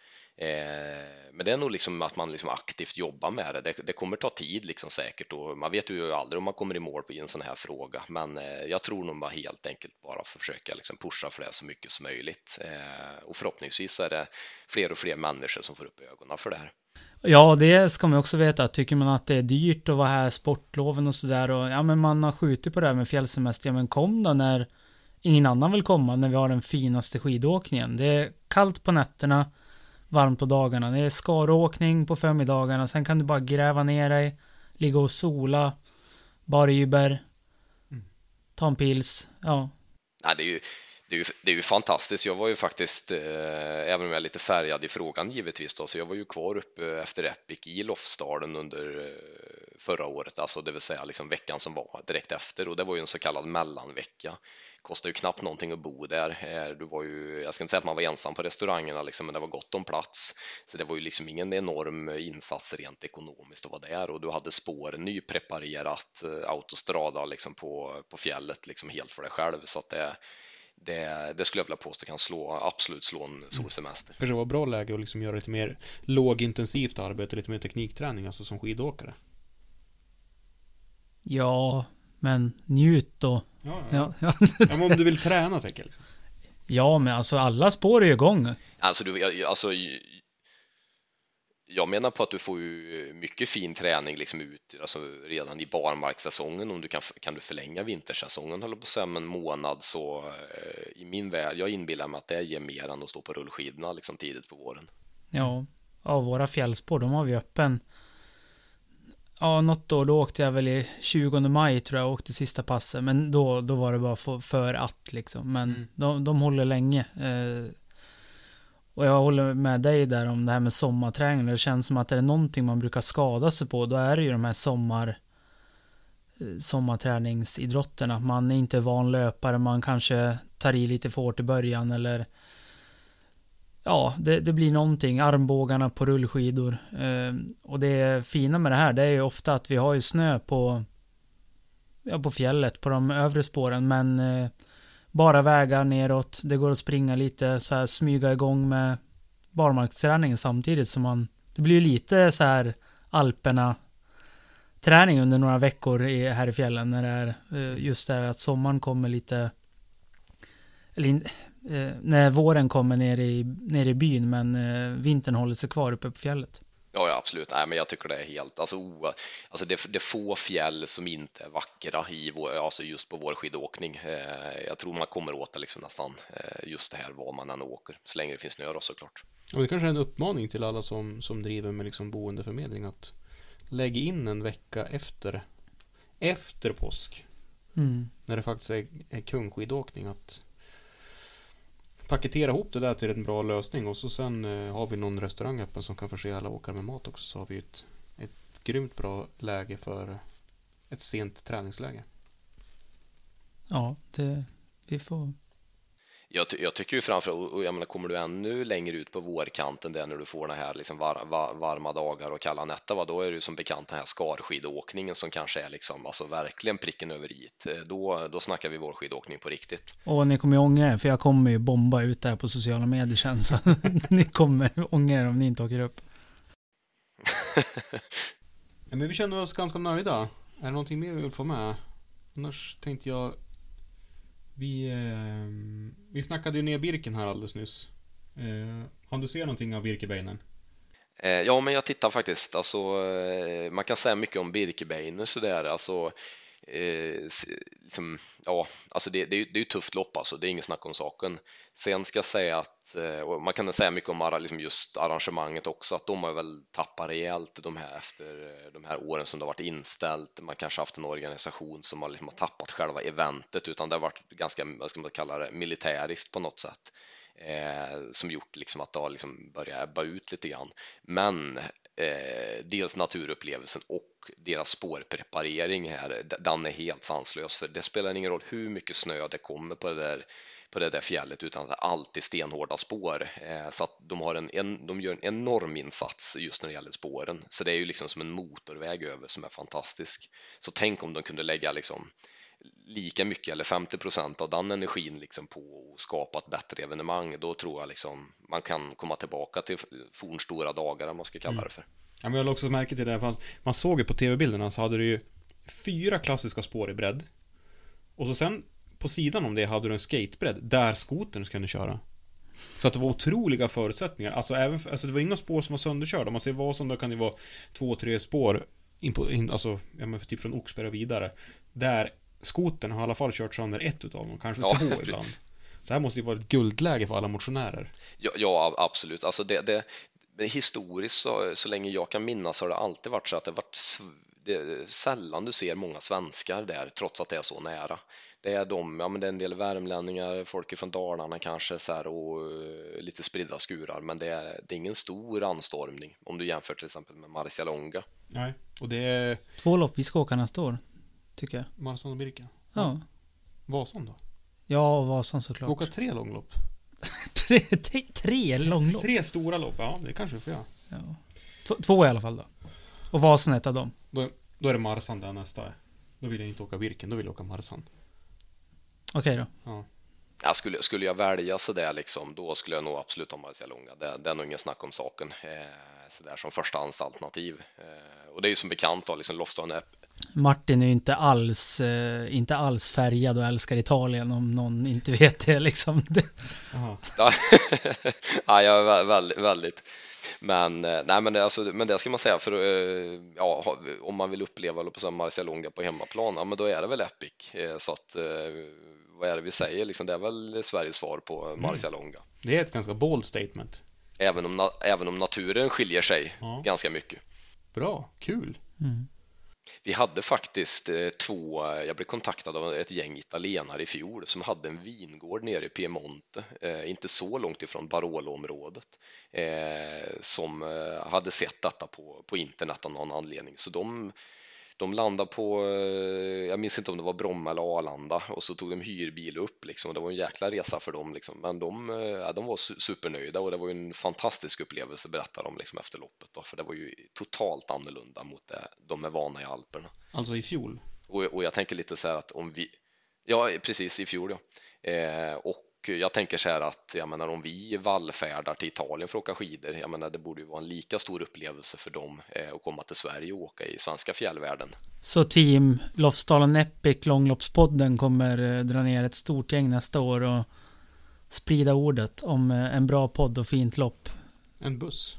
Men det är nog liksom att man liksom aktivt jobbar med det. det. Det kommer ta tid liksom säkert, och man vet ju aldrig om man kommer i mål på en sån här fråga. Men jag tror nog bara helt enkelt bara försöka liksom pusha för det så mycket som möjligt. Och förhoppningsvis är det fler och fler människor som får upp ögonen för det här. Ja, det ska man också veta. Tycker man att det är dyrt att vara här, sportloven och sådär, och ja, men man har skjutit på det här med fjällsemester, ja, men kom då när ingen annan vill komma, när vi har den finaste skidåkningen. Det är kallt på nätterna, varmt på dagarna. Det är skaråkning på förmiddagarna. Sen kan du bara gräva ner dig, ligga och sola, bara Uber, ta en pils. Ja. Nej, det är ju Det är, ju, det är ju fantastiskt. Jag var ju faktiskt, eh, även om jag är lite färgad i frågan givetvis då, så jag var ju kvar uppe efter Epic i Lofsdalen under eh, förra året, alltså det vill säga liksom veckan som var direkt efter, och det var ju en så kallad mellanvecka. Kostade ju knappt någonting att bo där. Eh, du var ju, jag ska inte säga att man var ensam på restaurangerna liksom, men det var gott om plats, så det var ju liksom ingen enorm insats rent ekonomiskt att vara där, och du hade spår nypreparerat eh, autostrada liksom på, på fjället liksom helt för dig själv, så att det Det, det skulle jag vilja påstå kan slå, absolut slå en solsemester. Kanske var bra läge att liksom göra lite mer lågintensivt arbete, lite mer teknikträning, alltså som skidåkare. Ja, men njut då. Ja, ja. Ja, ja. Ja, men om du vill träna, tänker jag liksom. Ja, men alltså alla spår är ju igång. Alltså, du, alltså jag menar på att du får ju mycket fin träning liksom ut, alltså redan i barmarkssäsongen. Om du kan, kan du förlänga vintersäsongen håller på att säga en månad, så eh, i min värld, jag inbillar mig att det ger mer än att stå på rullskidorna liksom tidigt på våren. Ja, av våra fjällspår, de har vi öppen. Ja, något år då åkte jag väl i tjugonde maj tror jag, åkte sista passet, men då, då var det bara för, för att liksom, men mm. de, de håller länge. Eh, Och jag håller med dig där om det här med sommarträning. Det känns som att det är någonting man brukar skada sig på, då är det ju de här sommar sommarträningsidrotterna. Man är inte van löpare, man kanske tar i lite för hårt i början, eller ja, det, det blir någonting, armbågarna på rullskidor. Eh, och det fina med det här, det är ju ofta att vi har ju snö på ja, på fjället, på de övre spåren, men eh, bara vägar neråt, det går att springa lite så här, smyga igång med barmarksträningen samtidigt som man, det blir ju lite så här Alperna träning under några veckor i, här i fjällen, när det är just det här att sommaren kommer lite, eller in, eh, när våren kommer ner i, ner i byn, men eh, vintern håller sig kvar uppe på fjället. Ja, ja, absolut. Nej, men jag tycker det är helt, alltså, o, alltså det, det är få fjäll som inte är vackra i vår, alltså just på vår skidåkning. Eh, jag tror man kommer åt det liksom nästan eh, just det här var man än åker, så länge det finns snö då, såklart. Och det kanske är en uppmaning till alla som, som driver med liksom boendeförmedling att lägga in en vecka efter efter påsk, mm. när det faktiskt är, är kungskidåkning, att paketera ihop det där till en bra lösning, och så sen eh, har vi någon restaurang öppen som kan förse alla åkare med mat också, så har vi ett, ett grymt bra läge för ett sent träningsläge. Ja, det vi får. Jag, ty- jag tycker ju framförallt, och jag menar, kommer du ännu längre ut på vårkanten där när du får den här liksom var- var- varma dagar och kalla nätter, va, då är det ju som bekant den här skarskidåkningen som kanske är liksom, alltså verkligen pricken över it. Då, då snackar vi vårskidåkning på riktigt. Och ni kommer ju ångra er, för jag kommer ju bomba ut där på sociala medier sen, så ni kommer ångra er om ni inte åker upp. Ja, men vi känner oss ganska nöjda. Är det någonting mer vi vill få med? Annars tänkte jag Vi, eh, vi snackade ju ner Birken här alldeles nyss. Eh, har du sett någonting av Birkebeiner? Eh, ja, men jag tittar faktiskt. Alltså, eh, man kan säga mycket om Birkebeiner sådär. Alltså, eh, liksom, ja, alltså det, det, är, det är ju tufft lopp, alltså. Det är ingen snack om saken. Sen ska jag säga att, eh, och man kan säga mycket om liksom just arrangemanget också, att de har väl tappat rejält de här, efter de här åren som det har varit inställt. Man kanske haft en organisation som har, liksom, har tappat själva eventet, utan det har varit ganska, vad ska man kalla det, militäriskt på något sätt. Eh, som gjort liksom att det har liksom börjat ebba ut lite grann. Men eh, dels naturupplevelsen och deras spårpreparering här, den är helt sanslös, för det spelar ingen roll hur mycket snö det kommer på det där, på det där fjället, utan det är alltid stenhårda spår. Eh, så att de, har en, en, de gör en enorm insats just när det gäller spåren. Så det är ju liksom som en motorväg över som är fantastisk. Så tänk om de kunde lägga liksom lika mycket eller femtio procent av den energin liksom på att skapa ett bättre evenemang, då tror jag liksom man kan komma tillbaka till fornstora dagar, om man ska kalla det för. Ja, men jag har också märkt till det, för man såg ju på tv-bilderna så hade du ju fyra klassiska spår i bredd. Och så sen på sidan om det hade du en skatebredd där skotern skulle köra. Så att det var otroliga förutsättningar. Alltså, även, alltså det var inga spår som var sönderkörda. Om man ser vad som då kan det vara två, tre spår in på, in, alltså, ja, men typ från Oxberg och vidare. Där skotern har i alla fall kört sönder ett utav dem, kanske ja, två ibland. Så här måste ju vara ett guldläge för alla motionärer. Ja, ja absolut. Alltså det, det, historiskt så, så länge jag kan minnas har det alltid varit så att det varit det är sällan du ser många svenskar där, trots att det är så nära. Det är de, ja men det är en del värmlänningar, folk från Dalarna kanske så här, och uh, lite spridda skurar, men det är, det är ingen stor anstormning om du jämför till exempel med Marcialonga. Nej, och det är två lopp vi ska åka nästa år, tycker jag. Marsan och Birka. Ja. Vasan då? Ja, och Vasan såklart. Åka tre långlopp. tre, tre, tre långlopp? Tre stora lopp, ja det kanske du får göra. Ja. T- två i alla fall då. Och Vasan är ett av dem. Då, då är det Marsan där nästa är. Då vill jag inte åka Birken, då vill jag åka Marsan. Okej då. Ja. Ja, skulle, skulle jag välja så där liksom, då skulle jag nog absolut ha Marcialonga. Det, det är nog ingen snack om saken. Eh, så där som första alternativ. Eh, och det är ju som bekant då, liksom Lofsdalen är... Martin är ju inte alls, eh, inte alls färgad och älskar Italien, om någon inte vet det liksom. Aha. Ja, jag är väldigt, väldigt. Men nej, men det, alltså, men det ska man säga, för ja, om man vill uppleva på Marcialonga på hemmaplan, ja, men då är det väl Epic. Så att vad är det vi säger liksom, det är väl Sveriges svar på Marcialonga. Mm. Det är ett ganska bold statement. Även om, även om naturen skiljer sig ja. ganska mycket. Bra, kul. Mm. Vi hade faktiskt eh, två, jag blev kontaktad av ett gäng italienare i fjol som hade en vingård nere i Piemonte, eh, inte så långt ifrån Barolo-området, eh, som eh, hade sett detta på, på internet av någon anledning. Så de, de landade på, eh, jag minns inte om det var Bromma eller Arlanda, och så tog de hyrbil upp liksom, och det var en jäkla resa för dem liksom. Men de, eh, de var supernöjda, och det var ju en fantastisk upplevelse, berättar de liksom efter loppet då, för det var ju totalt annorlunda mot det de är vana i Alperna. Alltså i fjol? Och, och jag tänker lite så här att om vi, ja precis i fjol ja, eh, och jag tänker så här att jag menar, om vi vallfärdar till Italien för att åka skidor, jag menar det borde ju vara en lika stor upplevelse för dem eh, att komma till Sverige och åka i svenska fjällvärlden. Så team Lofsdalen Epic Långloppspodden kommer eh, dra ner ett stort gäng nästa år och sprida ordet om eh, en bra podd och fint lopp. En buss.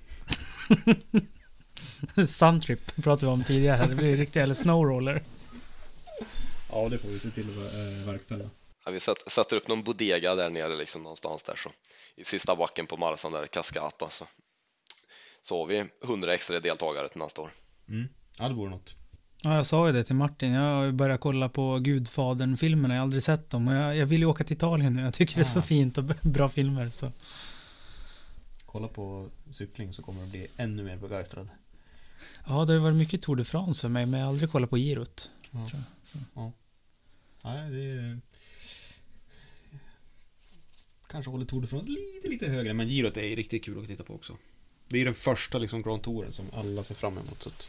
Suntrip pratade vi om tidigare. Det blir riktigt, eller snowroller. Ja, det får vi se till att äh, verkställa. Ja, vi sätter, sätter upp någon bodega där nere liksom, någonstans där så. I sista backen på Marsan där, Cascata, så. Så har vi hundra extra deltagare till nästa år. Mm. Ja, det vore något. Ja, jag sa ju det till Martin. Jag har ju börjat kolla på Gudfadern-filmerna. Jag har aldrig sett dem. Och jag, jag vill ju åka till Italien nu. Jag tycker ah. det är så fint och bra filmer. Så. Kolla på cykling så kommer det bli ännu mer begeistrad. Ja, det har varit mycket Tour de France för mig. Men jag har aldrig kollat på Girot. Ja. Ja. Ja, det är... Kanske håller Tour de France lite, lite högre. Men Girot är riktigt kul att titta på också. Det är den första liksom Grand Touren som alla ser fram emot. Så att...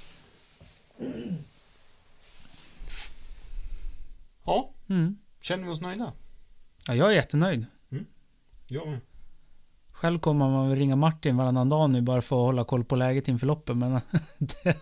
Ja, mm. Känner vi oss nöjda? Ja, jag är jättenöjd. Mm. Jag med. Själv kommer man väl ringa Martin varannan dag nu bara för att hålla koll på läget inför loppen, men det...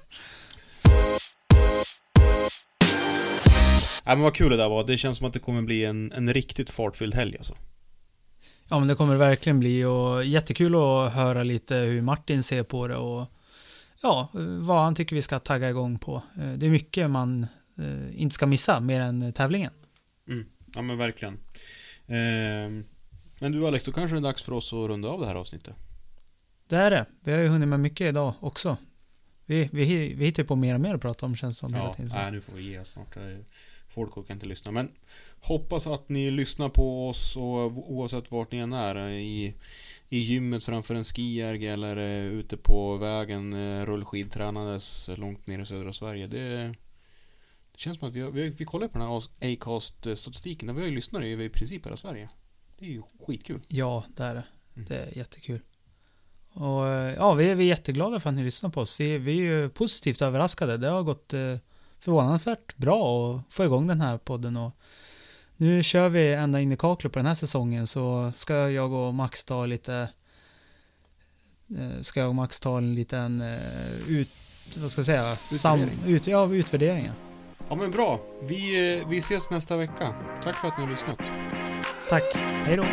Ja, men vad kul det där var. Det känns som att det kommer bli en, en riktigt fartfylld helg alltså. Ja, men det kommer det verkligen bli, och jättekul att höra lite hur Martin ser på det och ja, vad han tycker vi ska tagga igång på. Det är mycket man eh, inte ska missa mer än tävlingen. Mm. Ja, men verkligen. Eh, men du Alex, då kanske det är dags för oss att runda av det här avsnittet. Det är det. Vi har ju hunnit med mycket idag också. Vi, vi, vi hittar på mer och mer att prata om, känns som, ja, hela tiden. Ja, nu får vi ge oss snart. Folk kan inte lyssna. Men hoppas att ni lyssnar på oss, och oavsett vart ni än är, i, i gymmet framför en skijärg eller uh, ute på vägen uh, rullskidtränandes långt ner i södra Sverige. Det, det känns som att vi, vi, vi kollar på den här Acast-statistiken. Vi har ju lyssnat i princip hela Sverige. Det är ju skitkul. Ja, det är det. Mm. Det är jättekul. Och ja, vi är, vi är jätteglada för att ni lyssnar på oss. Vi, vi är ju positivt överraskade. Det har gått eh, förvånansvärt bra att få igång den här podden. Och nu kör vi ända in i kaklet på den här säsongen, så ska jag och Max ta lite ska jag och Max ta en liten ut, vad ska jag säga, sam, ut, ja, utvärderingen. Ja, men bra. Vi, vi ses nästa vecka. Tack för att ni har lyssnat. Tack. Hej då.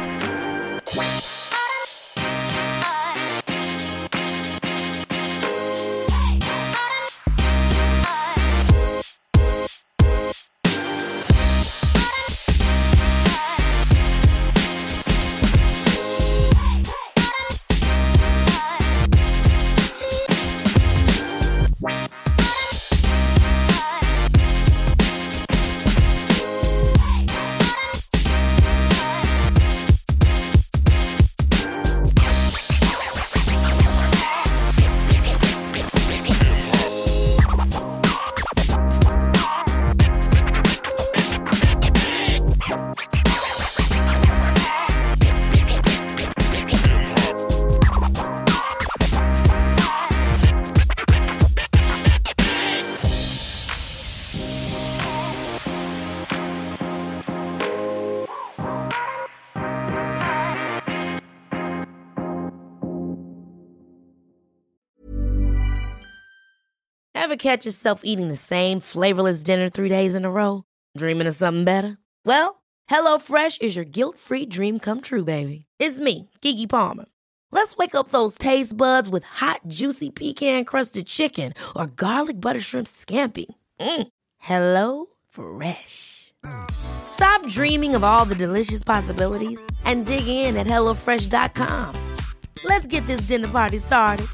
Ever catch yourself eating the same flavorless dinner three days in a row? Dreaming of something better? Well, HelloFresh is your guilt-free dream come true, baby. It's me, Keke Palmer. Let's wake up those taste buds with hot, juicy pecan-crusted chicken or garlic butter shrimp scampi. Mm. Hello Fresh. Stop dreaming of all the delicious possibilities and dig in at hello fresh dot com. Let's get this dinner party started.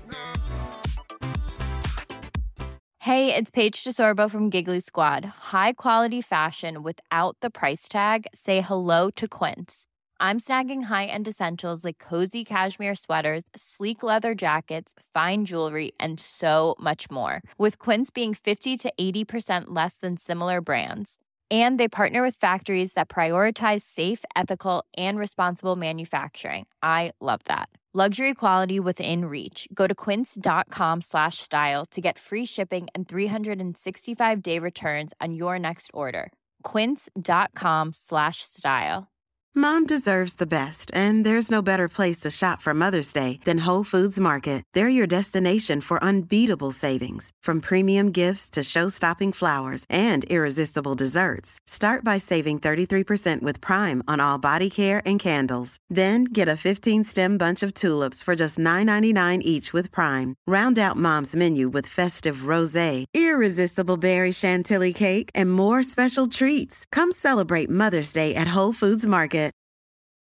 Hey, it's Paige DeSorbo from Giggly Squad. High quality fashion without the price tag. Say hello to Quince. I'm snagging high-end essentials like cozy cashmere sweaters, sleek leather jackets, fine jewelry, and so much more. With Quince being fifty to eighty percent less than similar brands. And they partner with factories that prioritize safe, ethical, and responsible manufacturing. I love that. Luxury quality within reach. Go to quince.com slash style to get free shipping and three sixty-five day returns on your next order. Quince.com slash style. Mom deserves the best, and there's no better place to shop for Mother's Day than Whole Foods Market. They're your destination for unbeatable savings, from premium gifts to show-stopping flowers and irresistible desserts. Start by saving thirty-three percent with Prime on all body care and candles. Then get a fifteen-stem bunch of tulips for just nine ninety-nine each with Prime. Round out Mom's menu with festive rosé, irresistible berry chantilly cake, and more special treats. Come celebrate Mother's Day at Whole Foods Market.